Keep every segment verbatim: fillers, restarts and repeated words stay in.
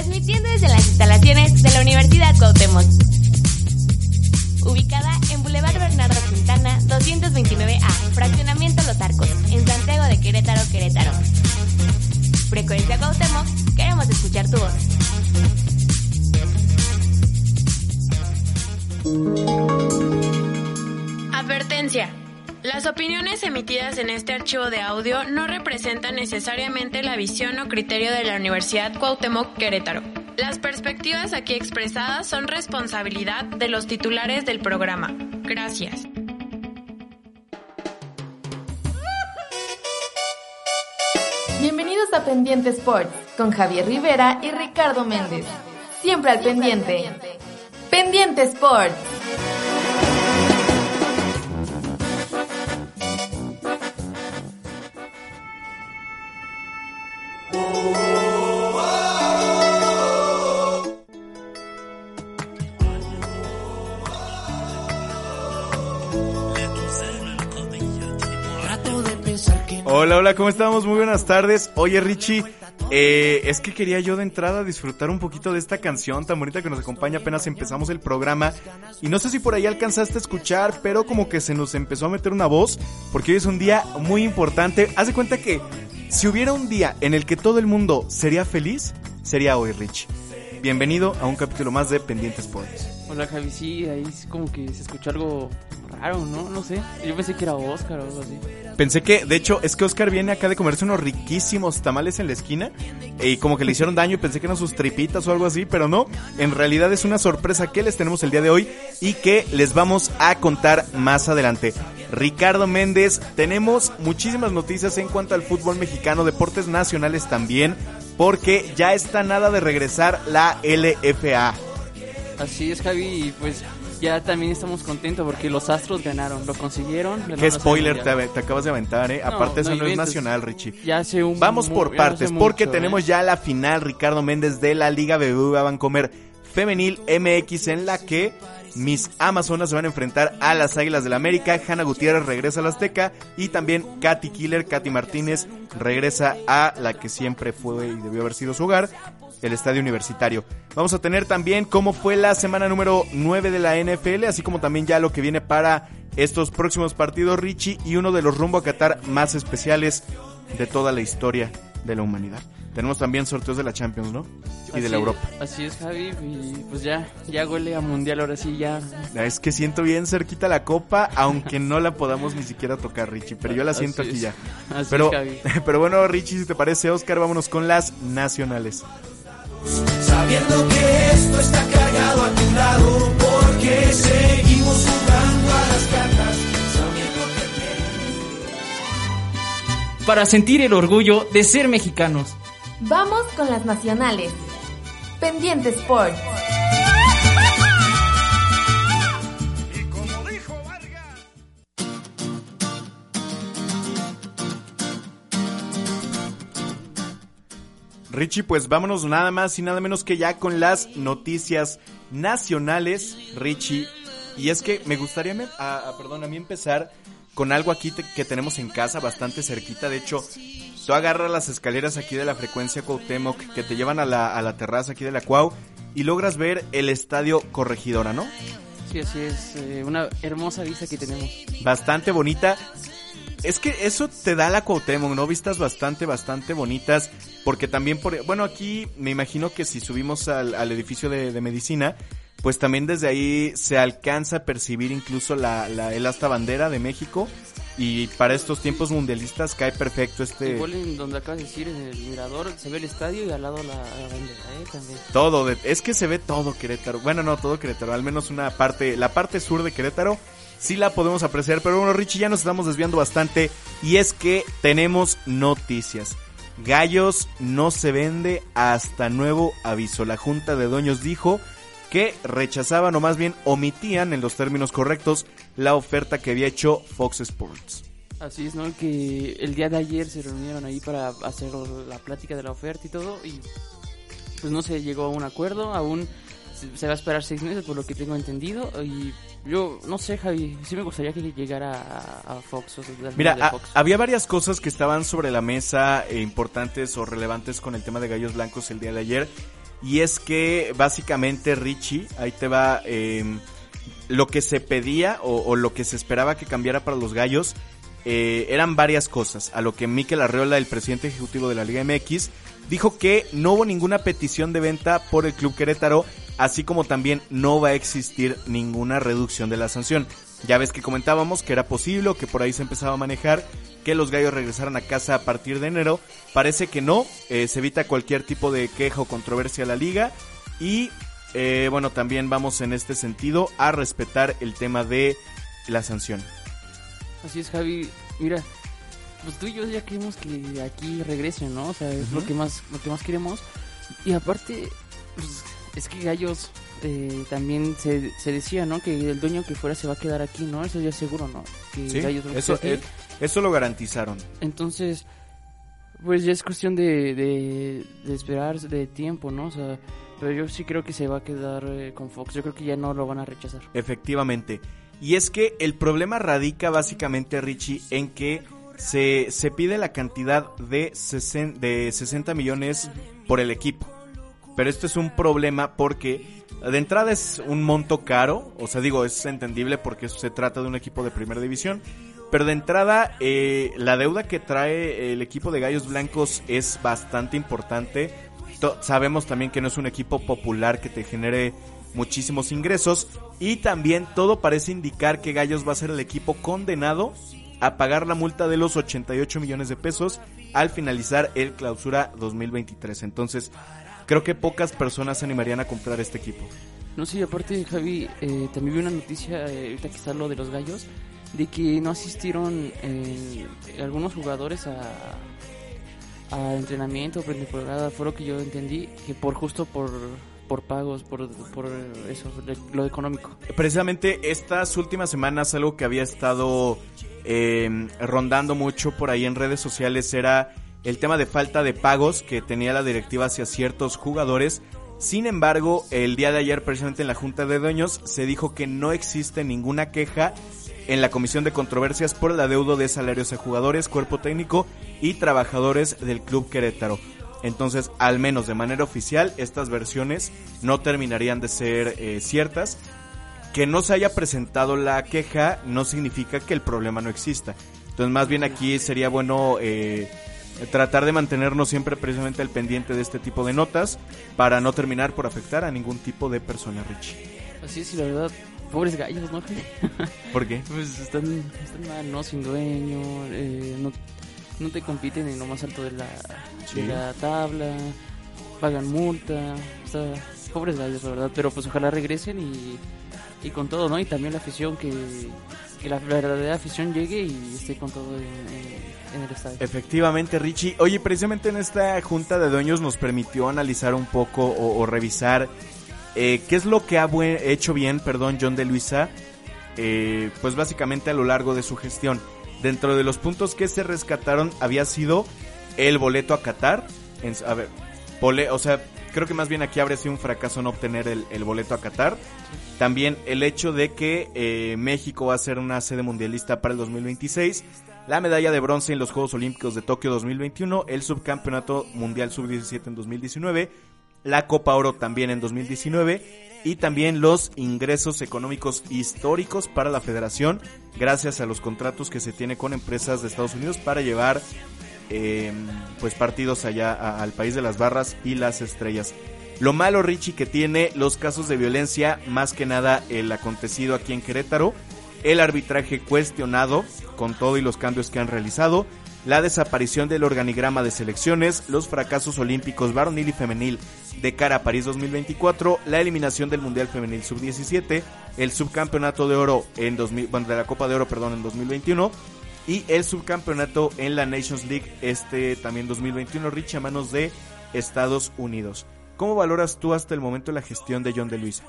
transmitiendo desde las instalaciones de la Universidad Cuauhtémoc, ubicada en Boulevard Bernardo Quintana, doscientos veintinueve A, Fraccionamiento Los Arcos, en Santiago de Querétaro, Querétaro. Frecuencia Cuauhtémoc, queremos escuchar tu voz. Advertencia. Las opiniones emitidas en este archivo de audio no representan necesariamente la visión o criterio de la Universidad Cuauhtémoc Querétaro. Las perspectivas aquí expresadas son responsabilidad de los titulares del programa. Gracias. Bienvenidos a Pendiente Sports con Javier Rivera y Ricardo Méndez. Siempre al pendiente. Pendiente Sports. Hola, hola, ¿cómo estamos? Muy buenas tardes. Oye, Richie, eh, es que quería yo de entrada disfrutar un poquito de esta canción tan bonita que nos acompaña apenas empezamos el programa. Y no sé si por ahí alcanzaste a escuchar, pero como que se nos empezó a meter una voz, porque hoy es un día muy importante. Haz de cuenta que si hubiera un día en el que todo el mundo sería feliz, sería hoy, Richie. Bienvenido a un capítulo más de Pendiente Sports. Hola, Javi, sí, ahí como que se escuchó algo raro, ¿no? No sé, yo pensé que era Oscar o algo así. Pensé que, de hecho, es que Oscar viene acá de comerse unos riquísimos tamales en la esquina y como que le hicieron daño y pensé que eran sus tripitas o algo así, pero no, en realidad es una sorpresa que les tenemos el día de hoy y que les vamos a contar más adelante. Ricardo Méndez, tenemos muchísimas noticias en cuanto al fútbol mexicano, deportes nacionales también, porque ya está nada de regresar la L F A. Así es, Javi, y pues ya también estamos contentos porque los Astros ganaron, lo consiguieron. Qué spoiler te, te acabas de aventar, eh. No, Aparte eso no no es inventes. nacional, Richie. Ya hace un Vamos por mu- partes, hace porque mucho, tenemos ¿eh? ya la final, Ricardo Méndez, de la Liga B B V A Bancomer Femenil M X, en la que mis Amazonas se van a enfrentar a las Águilas del América. Hanna Gutiérrez regresa a la Azteca y también Katy Killer, Katy Martínez, regresa a la que siempre fue y debió haber sido su hogar, el Estadio Universitario. Vamos a tener también cómo fue la semana número nueve de la N F L, así como también ya lo que viene para estos próximos partidos, Richie, y uno de los rumbo a Qatar más especiales de toda la historia de la humanidad. Tenemos también sorteos de la Champions, ¿no? Y Así- de la Europa. Así es, Javi, y pues ya, ya huele a mundial, ahora sí, ya. Es que siento bien cerquita la copa, aunque no la podamos ni siquiera tocar, Richie, pero yo la siento Así aquí es. ya. Así Pero, es, Javi. pero bueno, Richie, si te parece, Oscar, vámonos con las nacionales. Sabiendo que esto está cargado a tu lado, porque seguimos jugando a las cartas, sabiendo que... Para sentir el orgullo de ser mexicanos. Vamos con las nacionales. Pendiente Sports. Richie, pues vámonos nada más y nada menos que ya con las noticias nacionales, Richie. Y es que me gustaría, me, a, a, perdón, a mí empezar con algo aquí te, que tenemos en casa, bastante cerquita. De hecho, tú agarras las escaleras aquí de la Frecuencia Cuauhtémoc que te llevan a la, a la terraza aquí de la Cuau y logras ver el Estadio Corregidora, ¿no? Sí, así es, eh, una hermosa vista que tenemos. Bastante bonita. Es que eso te da la Cuauhtémoc, ¿no? Vistas bastante, bastante bonitas, porque también, por bueno, aquí me imagino que si subimos al, al edificio de, de medicina, pues también desde ahí se alcanza a percibir incluso la, la el asta bandera de México, y para estos tiempos mundialistas cae perfecto este... Igual en donde acabas de decir, en el mirador, se ve el estadio y al lado la, la bandera, ¿eh? También. Todo, de, es que se ve todo Querétaro, bueno, no todo Querétaro, al menos una parte, la parte sur de Querétaro, sí la podemos apreciar, pero bueno, Richie, ya nos estamos desviando bastante, y es que tenemos noticias. Gallos no se vende hasta nuevo aviso. La Junta de Dueños dijo que rechazaban, o más bien omitían en los términos correctos, la oferta que había hecho Fox Sports. Así es, ¿no? Que el día de ayer se reunieron ahí para hacer la plática de la oferta y todo, y pues no se llegó a un acuerdo, aún se va a esperar seis meses por lo que tengo entendido, y yo no sé, Javi, sí me gustaría que llegara a, a Fox. O sea, Mira, de Fox. A, había varias cosas que estaban sobre la mesa, eh, importantes o relevantes con el tema de Gallos Blancos el día de ayer, y es que básicamente, Richie, ahí te va eh, lo que se pedía o, o lo que se esperaba que cambiara para los Gallos. Eh, eran varias cosas, a lo que Mikel Arriola, el presidente ejecutivo de la Liga M X, dijo que no hubo ninguna petición de venta por el Club Querétaro, así como también no va a existir ninguna reducción de la sanción. Ya ves que comentábamos que era posible o que por ahí se empezaba a manejar que los Gallos regresaran a casa a partir de enero. Parece que no, eh, se evita cualquier tipo de queja o controversia a la liga y eh, bueno, también vamos en este sentido a respetar el tema de la sanción. Así es, Javi. Mira, pues tú y yo ya queremos que aquí regresen, ¿no? O sea, es uh-huh. lo que más lo que más queremos. Y aparte, pues, es que Gallos eh, también se, se decía, ¿no? Que el dueño que fuera se va a quedar aquí, ¿no? Eso ya es seguro, ¿no? Que sí, Gallos eso, eh, eso lo garantizaron. Entonces, pues ya es cuestión de, de, de esperar, de tiempo, ¿no? O sea, pero yo sí creo que se va a quedar eh, con Fox. Yo creo que ya no lo van a rechazar. Efectivamente. Y es que el problema radica básicamente, Richie, en que se, se pide la cantidad de, sesen, de sesenta millones por el equipo. Pero esto es un problema porque de entrada es un monto caro, o sea, digo, es entendible porque se trata de un equipo de primera división, pero de entrada eh, la deuda que trae el equipo de Gallos Blancos es bastante importante. To- sabemos también que no es un equipo popular que te genere muchísimos ingresos y también todo parece indicar que Gallos va a ser el equipo condenado a pagar la multa de los ochenta y ocho millones de pesos al finalizar el clausura dos mil veintitrés. Entonces creo que pocas personas se animarían a comprar este equipo. No sé, sí, aparte, Javi, eh, también vi una noticia, eh, ahorita que está lo de los Gallos, de que no asistieron eh, algunos jugadores a, a entrenamiento, pretemporada, fue lo que yo entendí, que por justo por... por pagos, por, por eso, lo económico. Precisamente estas últimas semanas algo que había estado eh, rondando mucho por ahí en redes sociales era el tema de falta de pagos que tenía la directiva hacia ciertos jugadores. Sin embargo, el día de ayer, precisamente en la Junta de Dueños, se dijo que no existe ninguna queja en la Comisión de Controversias por el adeudo de salarios a jugadores, cuerpo técnico y trabajadores del Club Querétaro. Entonces, al menos de manera oficial, estas versiones no terminarían de ser eh, ciertas. Que no se haya presentado la queja no significa que el problema no exista. Entonces, más bien aquí sería bueno eh, tratar de mantenernos siempre precisamente al pendiente de este tipo de notas para no terminar por afectar a ningún tipo de persona, Richie. Así es, y la verdad, pobres Gallos, ¿no? ¿Por qué? Pues están, están mal, ¿no? Sin dueño, eh, no... no te compiten en lo más alto de la, sí. de la tabla, pagan multa, o sea, pobres Gallos, la verdad, pero pues ojalá regresen y, y con todo, ¿no? Y también la afición, que, que la verdadera afición llegue y esté con todo en, en, en el estadio. Efectivamente, Richie. Oye, precisamente en esta junta de dueños nos permitió analizar un poco o, o revisar eh, qué es lo que ha buen, hecho bien, perdón, John de Luisa, eh, pues básicamente a lo largo de su gestión. Dentro de los puntos que se rescataron había sido el boleto a Qatar. En, a ver, pole, o sea, creo que más bien aquí habría sido un fracaso no obtener el, el boleto a Qatar. También el hecho de que eh, México va a ser una sede mundialista para el dos mil veintiséis. La medalla de bronce en los Juegos Olímpicos de Tokio dos mil veintiuno. El subcampeonato mundial sub diecisiete en dos mil diecinueve. La Copa Oro también en dos mil diecinueve. Y también los ingresos económicos históricos para la federación gracias a los contratos que se tiene con empresas de Estados Unidos para llevar eh, pues partidos allá a, al país de las barras y las estrellas. Lo malo, Richie, que tiene los casos de violencia, más que nada el acontecido aquí en Querétaro, el arbitraje cuestionado con todo y los cambios que han realizado, la desaparición del organigrama de selecciones, los fracasos olímpicos varonil y femenil de cara a París dos mil veinticuatro, la eliminación del Mundial Femenil sub diecisiete, el subcampeonato de oro en dos mil, bueno, de la Copa de Oro, perdón, en dos mil veintiuno y el subcampeonato en la Nations League este también dos mil veintiuno, Rich, a manos de Estados Unidos. ¿Cómo valoras tú hasta el momento la gestión de John de Luisa?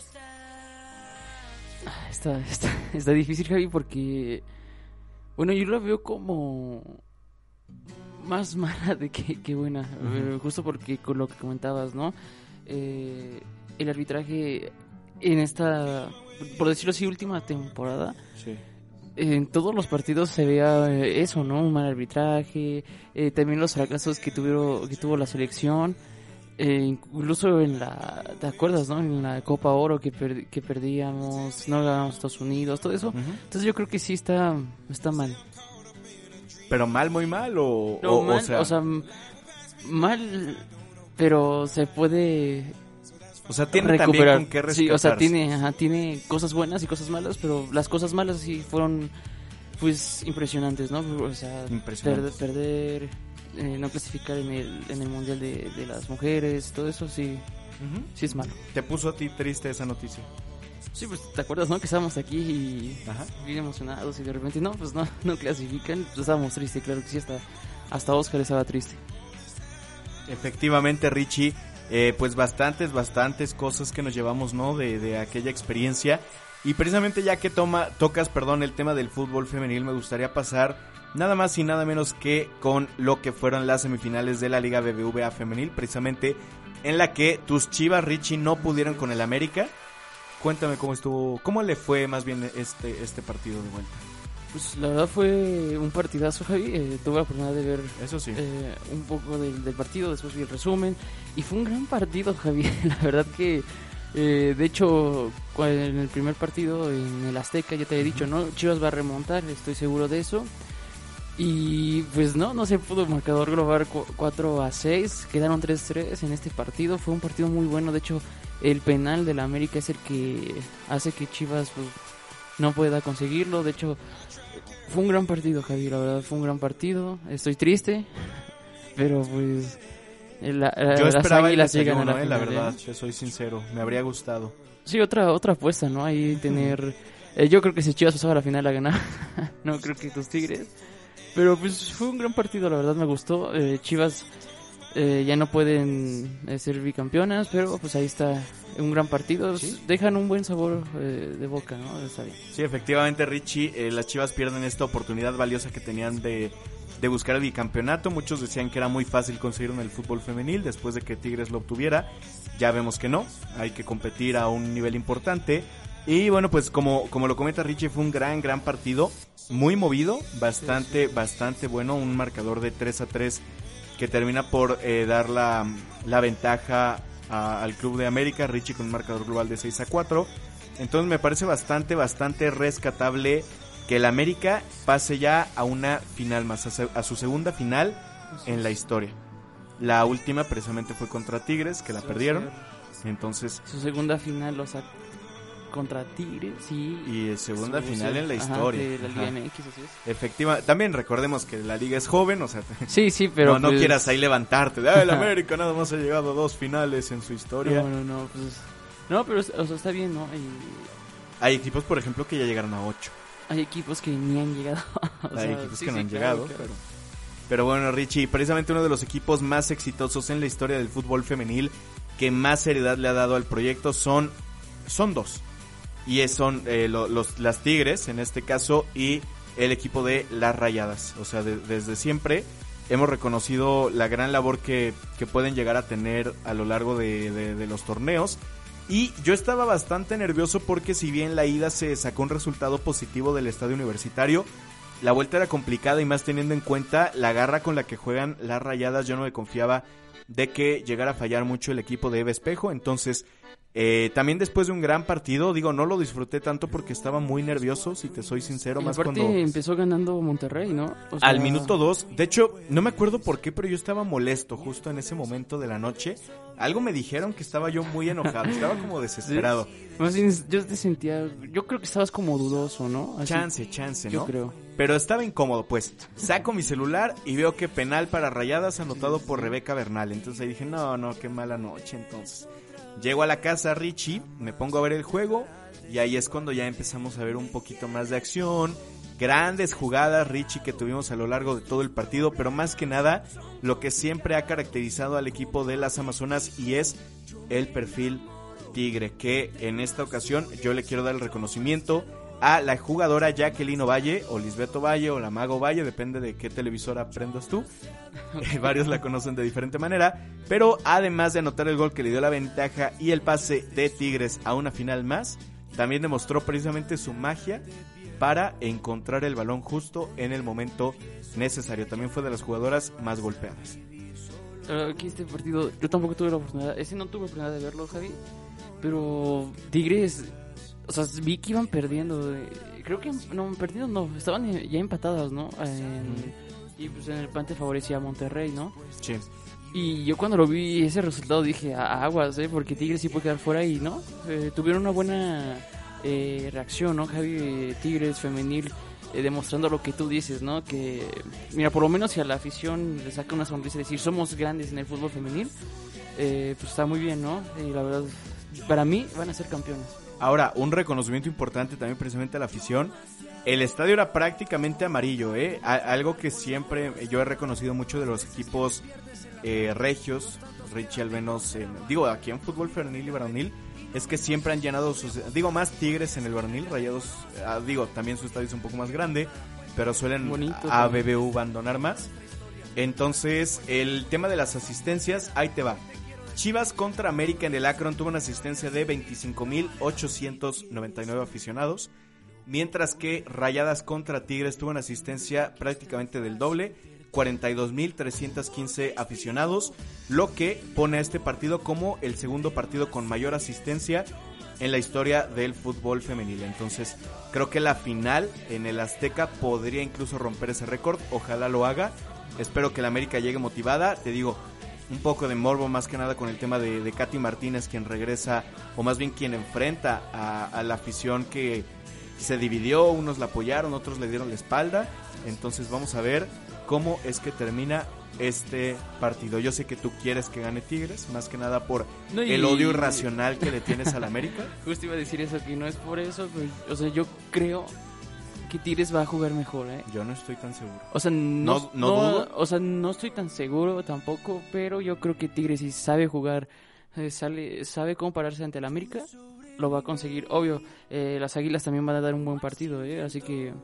Está, está, está difícil, Javi, porque bueno, yo la veo como más mala de que, que buena, uh-huh. eh, justo porque con lo que comentabas, ¿no? Eh, el arbitraje en esta, por decirlo así, última temporada, sí. En todos los partidos se veía eso, ¿no? Un mal arbitraje, eh, también los fracasos que tuvieron, que tuvo la selección. Eh, incluso en la, ¿te acuerdas, no? En la Copa Oro que per, que perdíamos, no ganábamos Estados Unidos, todo eso. Uh-huh. Entonces yo creo que sí está está mal. Pero mal, muy mal o no, o, mal, o sea, o sea, mal, pero se puede. O sea, tiene recuperar. También con qué rescatarse. Sí, o sea, tiene, ajá, tiene cosas buenas y cosas malas, pero las cosas malas sí fueron, pues, impresionantes, ¿no? O sea, perder, perder eh, no clasificar en el en el mundial de, de las mujeres, todo eso sí, uh-huh. sí es malo. ¿Te puso a ti triste esa noticia? Sí, pues, ¿te acuerdas, no? Que estábamos aquí y ajá. bien emocionados y de repente, no, pues no, no clasifican, pues estábamos tristes, claro que sí, hasta, hasta Oscar estaba triste. Efectivamente, Richie. Eh, pues bastantes, bastantes cosas que nos llevamos, ¿no? De, de aquella experiencia. Y precisamente ya que toma, tocas, perdón, el tema del fútbol femenil, me gustaría pasar nada más y nada menos que con lo que fueron las semifinales de la Liga B B V A femenil, precisamente en la que tus Chivas, Richie, no pudieron con el América. Cuéntame cómo estuvo, cómo le fue más bien este, este partido de vuelta. Pues la verdad fue un partidazo, Javi. Eh, tuve la oportunidad de ver Eso sí. eh, un poco del, del partido, después vi el resumen. Y fue un gran partido, Javi. La verdad que, eh, de hecho, en el primer partido en el Azteca, ya te había dicho, ¿no? Chivas va a remontar, estoy seguro de eso. Y pues no, no se pudo el marcador global cuatro a seis. Quedaron tres tres en este partido. Fue un partido muy bueno. De hecho, el penal de la América es el que hace que Chivas pues, no pueda conseguirlo. De hecho, fue un gran partido, Javi, la verdad, fue un gran partido. Estoy triste, pero pues la, la, yo esperaba el desayuno, llegan a la, eh, final, la verdad, te soy sincero, me habría gustado. Sí, otra otra apuesta, ¿no? Ahí tener eh, yo creo que si Chivas pasaba a la final a ganar, no creo que tus Tigres. Pero pues fue un gran partido, la verdad me gustó. Eh, Chivas eh, ya no pueden eh, ser bicampeonas, pero pues ahí está un gran partido. ¿Sí? Dejan un buen sabor eh, de boca, ¿no? Está bien. Sí, efectivamente, Richie, eh, las Chivas pierden esta oportunidad valiosa que tenían de, de buscar el bicampeonato. Muchos decían que era muy fácil conseguirlo en el fútbol femenil después de que Tigres lo obtuviera. Ya vemos que no, hay que competir a un nivel importante. Y bueno, pues como, como lo comenta Richie, fue un gran, gran partido, muy movido, bastante, sí, sí. bastante bueno, un marcador de tres a tres que termina por eh, dar la, la ventaja a, al Club de América, Richie con un marcador global de seis a cuatro. Entonces me parece bastante, bastante rescatable que el América pase ya a una final más, a, se, a su segunda final en la historia. La última precisamente fue contra Tigres, que la perdieron. Entonces su segunda final, o sea, contra Tigres, sí. Y segunda su, final en la historia. Ajá, de la Liga M X, así es. Efectiva, también recordemos que la liga es joven, o sea, sí, sí, pero no, no pues... quieras ahí levantarte. Ah, el América nada más ha llegado a dos finales en su historia. No, no, no, pues no, pero o sea, está bien, ¿no? Y... hay equipos, por ejemplo, que ya llegaron a ocho. Hay equipos que ni han llegado. o Hay sea, equipos sí, que no sí, han claro, llegado, claro. pero pero bueno, Richie, precisamente uno de los equipos más exitosos en la historia del fútbol femenil, que más seriedad le ha dado al proyecto, son son dos. Y es, son eh, lo, los, las Tigres, en este caso, y el equipo de las Rayadas. O sea, de, desde siempre hemos reconocido la gran labor que, que pueden llegar a tener a lo largo de, de, de los torneos. Y yo estaba bastante nervioso porque si bien la ida se sacó un resultado positivo del estadio universitario, la vuelta era complicada y más teniendo en cuenta la garra con la que juegan las Rayadas. Yo no me confiaba de que llegara a fallar mucho el equipo de Eva Espejo. Entonces, eh, también después de un gran partido, digo, no lo disfruté tanto porque estaba muy nervioso, si te soy sincero. Y más aparte cuando empezó ganando Monterrey, ¿no? O sea... al minuto dos, de hecho, no me acuerdo por qué, pero yo estaba molesto justo en ese momento de la noche. Algo me dijeron que estaba yo muy enojado, estaba como desesperado. ¿Sí? Más bien, yo te sentía, yo creo que estabas como dudoso, ¿no? Así, chance, chance, ¿no? Yo creo. Pero estaba incómodo, pues. Saco mi celular y veo que penal para Rayadas anotado por Rebeca Bernal. Entonces ahí dije, no, no, qué mala noche. Entonces llego a la casa, Richie, me pongo a ver el juego y ahí es cuando ya empezamos a ver un poquito más de acción. Grandes jugadas, Richie, que tuvimos a lo largo de todo el partido, pero más que nada lo que siempre ha caracterizado al equipo de las Amazonas, y es el perfil tigre, que en esta ocasión yo le quiero dar el reconocimiento a la jugadora Jacqueline Ovalle, o Lisbeth Ovalle, o la Mago Ovalle, depende de qué televisora prendas tú. Eh, varios la conocen de diferente manera, pero además de anotar el gol que le dio la ventaja y el pase de Tigres a una final más, también demostró precisamente su magia para encontrar el balón justo en el momento necesario. También fue de las jugadoras más golpeadas. Aquí este partido, yo tampoco tuve la oportunidad, ese no tuve la oportunidad de verlo, Javi, pero Tigres, o sea, vi que iban perdiendo, eh, creo que, no, perdiendo no, estaban ya empatadas, ¿no? En, mm. Y pues en el empate favorecía a Monterrey, ¿no? Sí. Y yo cuando lo vi ese resultado dije, aguas, ¿eh? Porque Tigres sí puede quedar fuera y no, eh, tuvieron una buena eh, reacción, ¿no, Javi? Tigres femenil, eh, demostrando lo que tú dices, ¿no? Que, mira, por lo menos si a la afición le saca una sonrisa y decir, somos grandes en el fútbol femenil, eh, pues está muy bien, ¿no? Y la verdad, para mí van a ser campeones. Ahora, un reconocimiento importante también precisamente a la afición. El estadio era prácticamente amarillo, ¿eh? A- algo que siempre yo he reconocido mucho de los equipos eh, regios, Richie al menos, en, digo, aquí en fútbol femenil y varonil, es que siempre han llenado sus, digo, más Tigres en el varonil, Rayados, ah, digo, también su estadio es un poco más grande, pero suelen Bonito, a B B U abandonar más. Entonces, el tema de las asistencias, ahí te va. Chivas contra América en el Akron tuvo una asistencia de veinticinco mil ochocientos noventa y nueve aficionados, mientras que Rayadas contra Tigres tuvo una asistencia prácticamente del doble, cuarenta y dos mil trescientos quince aficionados, lo que pone a este partido como el segundo partido con mayor asistencia en la historia del fútbol femenil. Entonces, creo que la final en el Azteca podría incluso romper ese récord, ojalá lo haga. Espero que la América llegue motivada, te digo, un poco de morbo más que nada con el tema de, de Katy Martínez, quien regresa, o más bien quien enfrenta a, a la afición que se dividió, unos la apoyaron, otros le dieron la espalda. Entonces vamos a ver cómo es que termina este partido. Yo sé que tú quieres que gane Tigres, más que nada por no, y... el odio irracional que le tienes a la América. Justo iba a decir eso, que no es por eso, pues, o sea, yo creo que Tigres va a jugar mejor, ¿eh? Yo no estoy tan seguro. O sea, no, no, no, no o sea, no estoy tan seguro tampoco, pero yo creo que Tigres sí sabe jugar, eh, sale, sabe cómo pararse ante el América, lo va a conseguir. Obvio, eh, las Águilas también van a dar un buen partido, ¿eh? Así que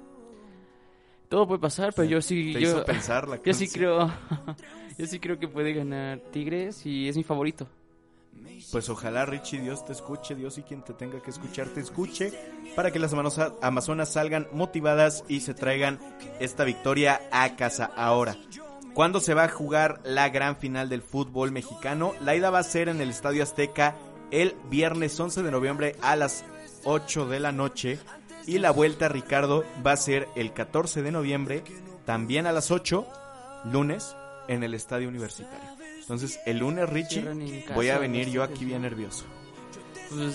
todo puede pasar, pero yo sí, Te yo, hizo pensar la yo sí creo, yo sí creo que puede ganar Tigres y es mi favorito. Pues ojalá, Richie, Dios te escuche, Dios y quien te tenga que escuchar te escuche, para que las amazonas salgan motivadas y se traigan esta victoria a casa. Ahora, ¿cuándo se va a jugar la gran final del fútbol mexicano? La ida va a ser en el Estadio Azteca el viernes once de noviembre a las ocho de la noche, y la vuelta, Ricardo, va a ser el catorce de noviembre, también a las ocho, lunes, en el Estadio Universitario. Entonces, el lunes, Richie, casa, voy a venir yo aquí bien nervioso. Pues,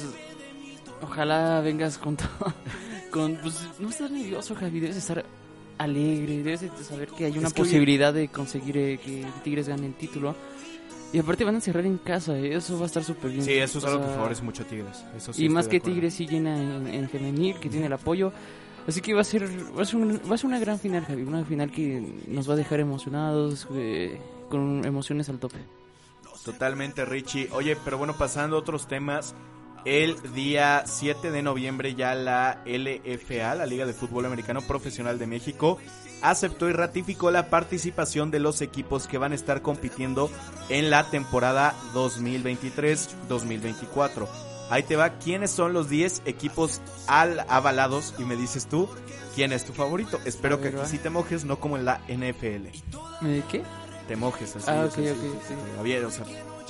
ojalá vengas con todo. Con, pues, no estás nervioso, Javi, debes estar alegre, debes saber que hay una es que posibilidad hoy... de conseguir eh, que Tigres gane el título. Y aparte van a cerrar en casa, ¿eh? Eso va a estar súper bien. Sí, eso es o algo sea, que favorece mucho a Tigres. Eso sí, y más que Tigres sí llena en, en femenil, que tiene el apoyo. Así que va a ser va a ser, un, va a ser una gran final, Javi. Una final que nos va a dejar emocionados, eh, con emociones al tope. Totalmente, Richie. Oye, pero bueno, pasando a otros temas. El día siete de noviembre ya la L F A, la Liga de Fútbol Americano Profesional de México, aceptó y ratificó la participación de los equipos que van a estar compitiendo en la temporada dos mil veintitrés dos mil veinticuatro. Ahí te va, ¿quiénes son los diez equipos al avalados? Y me dices tú, ¿quién es tu favorito? Espero ver, que aquí sí te mojes, no como en la N F L. ¿De qué? Te mojes así. Ah, ok, así, ok, sí. Javier, o sea,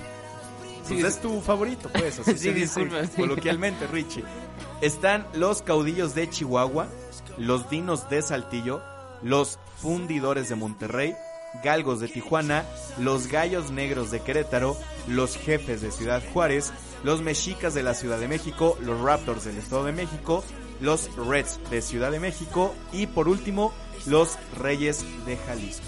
pues sí, es tu favorito, pues, así sí, se dice coloquialmente, Richie. Están los Caudillos de Chihuahua, los Dinos de Saltillo, los Fundidores de Monterrey, Galgos de Tijuana, los Gallos Negros de Querétaro, los Jefes de Ciudad Juárez, los Mexicas de la Ciudad de México, los Raptors del Estado de México, los Reds de Ciudad de México y por último los Reyes de Jalisco.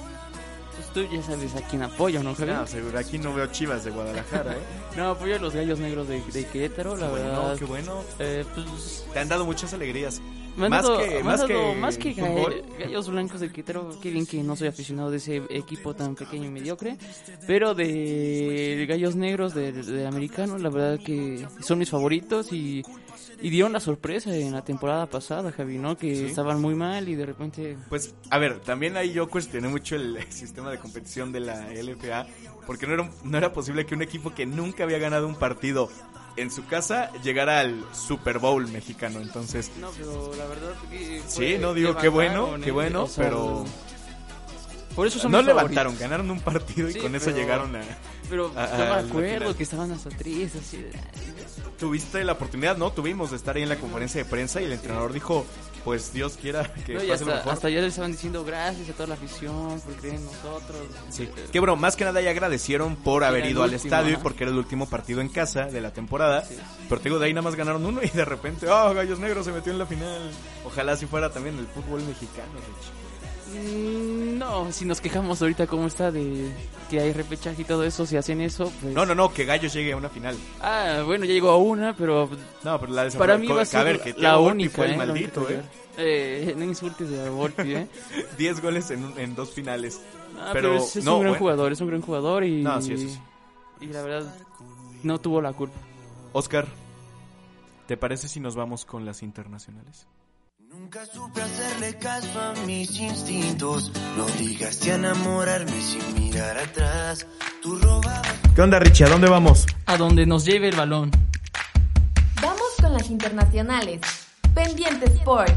Tú ya sabes a quién apoyo, ¿no, Javier? No, seguro, aquí no veo Chivas de Guadalajara, ¿eh? No, apoyo a los Gallos Negros de, de Querétaro, la qué verdad. Bueno, qué bueno. Eh, pues, te han dado muchas alegrías. Me han más, dado, que, me más, dado, que más que fútbol. Gallos Blancos de Querétaro, qué bien que no soy aficionado de ese equipo tan pequeño y mediocre, pero de Gallos Negros de, de americano, la verdad que son mis favoritos y, y dieron la sorpresa en la temporada pasada, Javi, ¿no? Que ¿sí? Estaban muy mal y de repente... Pues, a ver, también ahí yo cuestioné mucho el sistema de competición de la L F A, porque no era, no era posible que un equipo que nunca había ganado un partido en su casa llegara al Super Bowl mexicano, entonces... No, pero la verdad que... Sí, no digo qué bueno, qué bueno, o sea, pero... Por eso son no mis levantaron, favoritos. ganaron un partido y Sí, con eso pero- llegaron a... Pero a- yo a la me acuerdo final. que estaban hasta tres, así de... Tuviste la oportunidad, ¿no? Tuvimos de estar ahí en la conferencia de prensa y el entrenador dijo, pues Dios quiera que No, y pase lo hasta, mejor. hasta ya le estaban diciendo gracias a toda la afición por creer en nosotros. Sí. Eh, Que bro, más que nada ya agradecieron por haber Era el ido al último, estadio y ajá. porque era el último partido en casa de la temporada. Sí. Pero te digo, de ahí nada más ganaron uno y de repente, oh, Gallos Negros se metió en la final. Ojalá así fuera también el fútbol mexicano, Rich. Mm, No, si nos quejamos ahorita cómo está de que hay repechaje y todo eso, si hacen eso, pues... No, no, no, que Gallos llegue a una final. Ah, bueno, ya llegó a una, pero No, pero la de para mí va a ser ver, que la Thiago Volpi única, fue el eh, la maldito, única eh. Eh, no insultes a Volpi, eh. diez goles en, un- en dos finales. Ah, pero, pero, es, es no, un gran bueno. jugador, es un gran jugador y... No, sí, eso sí. Y la verdad, no tuvo la culpa. Oscar, ¿te parece si nos vamos con las internacionales? Nunca supe hacerle caso a mis instintos. No obligaste a enamorarme sin mirar atrás. Tú robabas. ¿Qué onda, Richie? ¿A dónde vamos? A donde nos lleve el balón. Vamos con las internacionales. Pendiente Sport.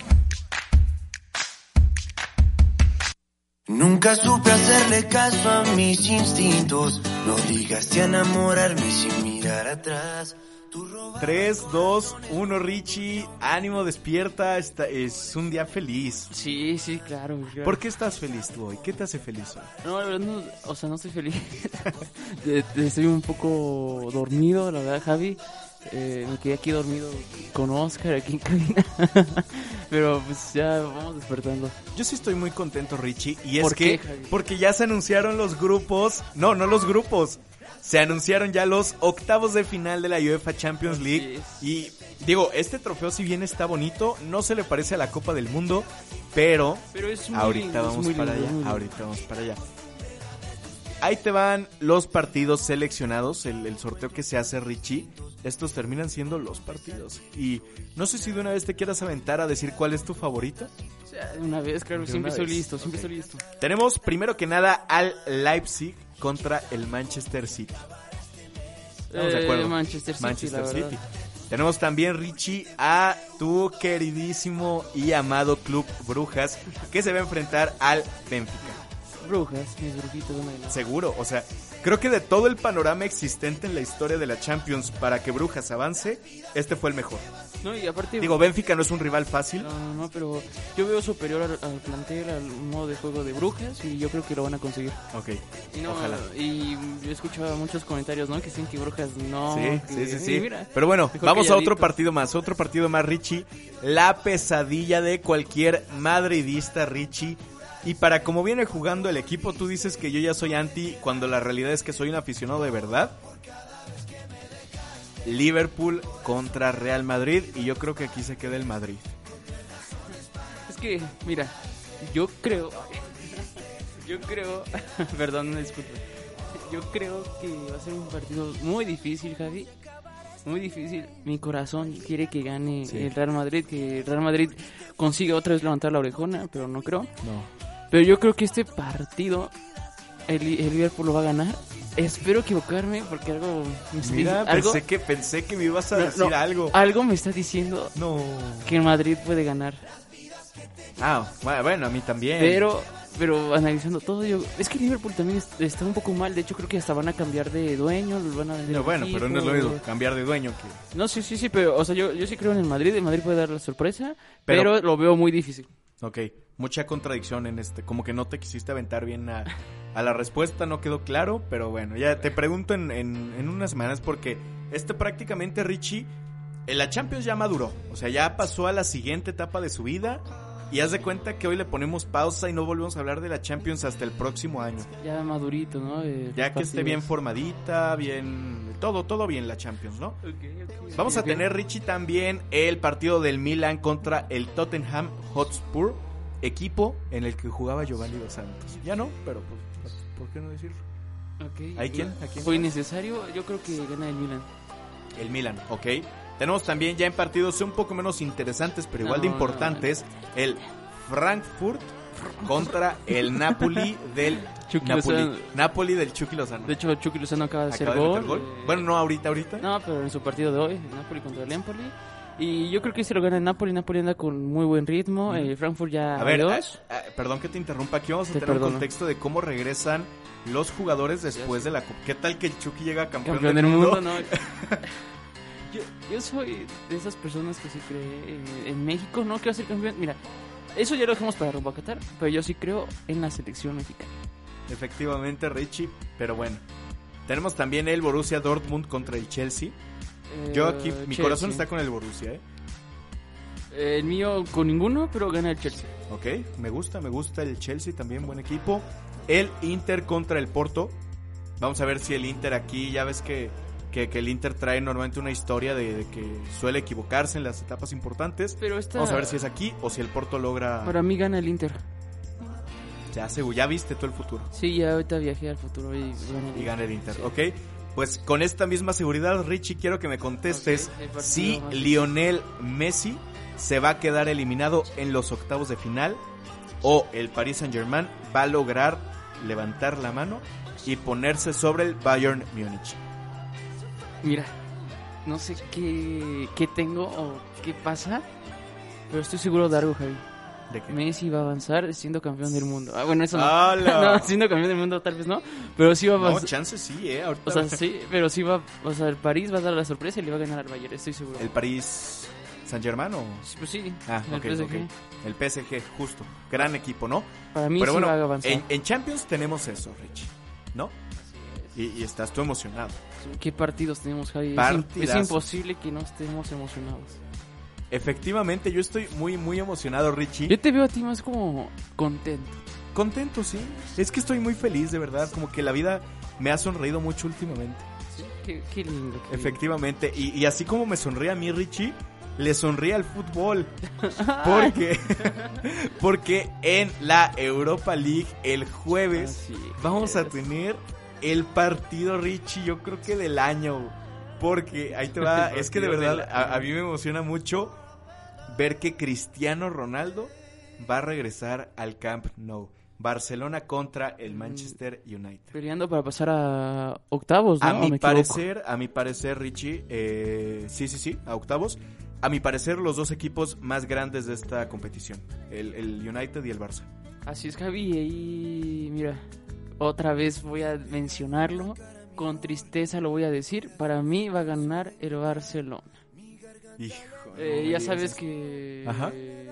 Nunca supe hacerle caso a mis instintos. No obligaste a enamorarme sin mirar atrás. Tú robabas. tres, dos, uno, Richie. Ánimo, despierta. Está, es un día feliz. Sí, sí, claro. claro. ¿Por qué estás feliz tú hoy? ¿Qué te hace feliz hoy? No, la verdad, no, o sea, no estoy feliz. Eh, Estoy un poco dormido, la verdad, Javi. Eh, me quedé aquí dormido con Oscar aquí en cabina. Pero pues ya vamos despertando. Yo sí estoy muy contento, Richie. Y es ¿Por que, qué, Javi? porque ya se anunciaron los grupos. No, no los grupos. Se anunciaron ya los octavos de final de la UEFA Champions League. Y digo, este trofeo, si bien está bonito, no se le parece a la Copa del Mundo. Pero Pero es muy ahorita lindo, es vamos muy para lindo, allá. muy lindo. Ahorita vamos para allá. Ahí te van los partidos seleccionados, el, el sorteo que se hace, Richie. Estos terminan siendo los partidos. Y no sé si de una vez te quieras aventar a decir cuál es tu favorito. O sea, de una vez, claro, De siempre una estoy vez. listo, siempre Ok. estoy listo. Tenemos primero que nada al Leipzig contra el Manchester City. Estamos de Eh, acuerdo. Manchester City, Manchester la verdad. City. Tenemos también, Richie, a tu queridísimo y amado club Brujas, que se va a enfrentar al Benfica. Brujas, mis brujitos de Maynard. Seguro, o sea, creo que de todo el panorama existente en la historia de la Champions para que Brujas avance, este fue el mejor. No, y aparte... Digo, Benfica no es un rival fácil. No, no, no, pero yo veo superior al, al plantel, al modo de juego de Brujas y yo creo que lo van a conseguir. Ok, Y no, ojalá. Y yo he escuchado muchos comentarios, ¿no? Que dicen que Brujas no. Sí, que- sí, sí, sí. y mira, Pero bueno, mejor vamos a calladito. otro partido más, otro partido más, Richie. La pesadilla de cualquier madridista, Richie. Y para como viene jugando el equipo, tú dices que yo ya soy anti, cuando la realidad es que soy un aficionado de verdad. Liverpool contra Real Madrid, y yo creo que aquí se queda el Madrid. Es que, mira, yo creo. Yo creo. Perdón, disculpe. Yo creo que va a ser un partido muy difícil, Javi. Muy difícil. Mi corazón quiere que gane Sí. el Real Madrid. Que el Real Madrid consiga otra vez levantar la orejona, pero no creo. No. Pero yo creo que este partido el, el Liverpool lo va a ganar. Espero equivocarme porque algo me está Mira, algo, pensé que, pensé que me ibas a no, decir no, algo. algo me está diciendo No. que el Madrid puede ganar. Ah, bueno, a mí también. Pero pero analizando todo, yo es que Liverpool también est- está un poco mal. De hecho, creo que hasta van a cambiar de dueño, los van a vender. No, al bueno, pero no es lo equipo. mismo cambiar de dueño que... No, sí, sí, sí, pero o sea, yo, yo sí creo en el Madrid. El Madrid puede dar la sorpresa, Pero- pero, lo veo muy difícil. Ok, mucha contradicción en este, como que no te quisiste aventar bien a, a la respuesta, no quedó claro, pero bueno, ya te pregunto en, en, en unas semanas porque este prácticamente, Richie, en la Champions ya maduró, o sea, ya pasó a la siguiente etapa de su vida y haz de cuenta que hoy le ponemos pausa y no volvemos a hablar de la Champions hasta el próximo año. Ya madurito, ¿no? Eh, Ya que esté partidos. bien formadita, bien, todo, todo bien la Champions, ¿no? Vamos a Ok. tener, Richie, también el partido del Milan contra el Tottenham Hotspur, equipo en el que jugaba Giovanni Dos Santos. Ya no, pero pues, ¿por qué no decirlo? Ok. ¿Hay quién? ¿A quién? Fue innecesario, yo creo que gana el Milan. El Milan, ok. Tenemos también ya en partidos un poco menos interesantes, pero igual de No, importantes, el Frankfurt contra el Napoli del Chucky Napoli, Lozano. Napoli del Chucky Lozano. De hecho, Chucky Lozano acaba de hacer Acaba de gol. meter gol. eh, Bueno, no ahorita, ahorita. No, pero en su partido de hoy, Napoli contra el Empoli. Y yo creo que se lo gana el Napoli. Napoli anda con muy buen ritmo. Eh, Frankfurt ya A ver, dos. a- a- perdón que te interrumpa. Aquí vamos a Te tener perdono. un contexto de cómo regresan los jugadores después de la Copa. ¿Qué tal que el Chucky llega campeón, Campeón del mundo? no. yo, yo soy de esas personas que sí cree en, en México, no quiero ser campeón. Mira, eso ya lo dejamos para rumbo a Qatar, pero yo sí creo en la selección mexicana. Efectivamente, Richie. Pero bueno, tenemos también el Borussia Dortmund contra el Chelsea. Yo aquí, Eh, mi Chelsea. corazón está con el Borussia, ¿eh? Eh, el mío con ninguno, pero gana el Chelsea. Ok, me gusta, me gusta el Chelsea también, buen equipo. El Inter contra el Porto. Vamos a ver si el Inter aquí, ya ves que, que, que el Inter trae normalmente una historia de, de que suele equivocarse en las etapas importantes. Pero esta, Vamos a ver si es aquí o si el Porto logra... para mí gana el Inter. Ya, seguro, ya viste tú el futuro. Sí, ya ahorita viajé al futuro y gana el Y Inter. gana el Inter, ok. Pues con esta misma seguridad, Richie, quiero que me contestes Ok, el partido si más- Lionel Messi se va a quedar eliminado en los octavos de final o el Paris Saint-Germain va a lograr levantar la mano y ponerse sobre el Bayern Múnich. Mira, no sé qué, qué tengo o qué pasa, pero estoy seguro de algo, Javi. ¿De qué? Messi va a avanzar siendo campeón del mundo. Ah, bueno, eso no. ¡Hala! No, siendo campeón del mundo tal vez no, pero sí va a No, avanzar. chance sí, eh. Ahorita O sea, sí, pero sí va, o sea, el París va a dar la sorpresa y le va a ganar al Bayern, estoy seguro. ¿El París Saint-Germain o...? Sí, pues sí, Ah, el ok, P S G. ok. El P S G, justo. Gran equipo, ¿no? Para mí Pero sí bueno, va a avanzar. en, en Champions tenemos eso, Richie, ¿no? Y, y estás tú emocionado. ¿Qué partidos tenemos, Javi? Es, im- es Partidazos. imposible que no estemos emocionados. Efectivamente, yo estoy muy, muy emocionado, Richie. Yo te veo a ti más como contento. Contento, sí. Es que estoy muy feliz, de verdad. Como que la vida me ha sonreído mucho últimamente. Sí, qué, qué lindo. qué Efectivamente. Y, y así como me sonríe a mí, Richie, le sonríe al fútbol. Porque, porque en la Europa League el jueves Así vamos a es. tener el partido, Richie, yo creo que del año. Porque ahí te va. El Es que de partido verdad del a, a mí me emociona mucho ver que Cristiano Ronaldo va a regresar al Camp Nou. Barcelona contra el Manchester United. Peleando para pasar a octavos, ¿no? A ¿O mi me equivoco? parecer, a mi parecer, Richie, eh, sí, sí, sí, a octavos. A mi parecer, los dos equipos más grandes de esta competición, el, el United y el Barça. Así es, Javi. Y mira, otra vez voy a mencionarlo. Con tristeza lo voy a decir. Para mí va a ganar el Barcelona. Hijo, Eh, no me ya digas sabes eso. que... Ajá. eh,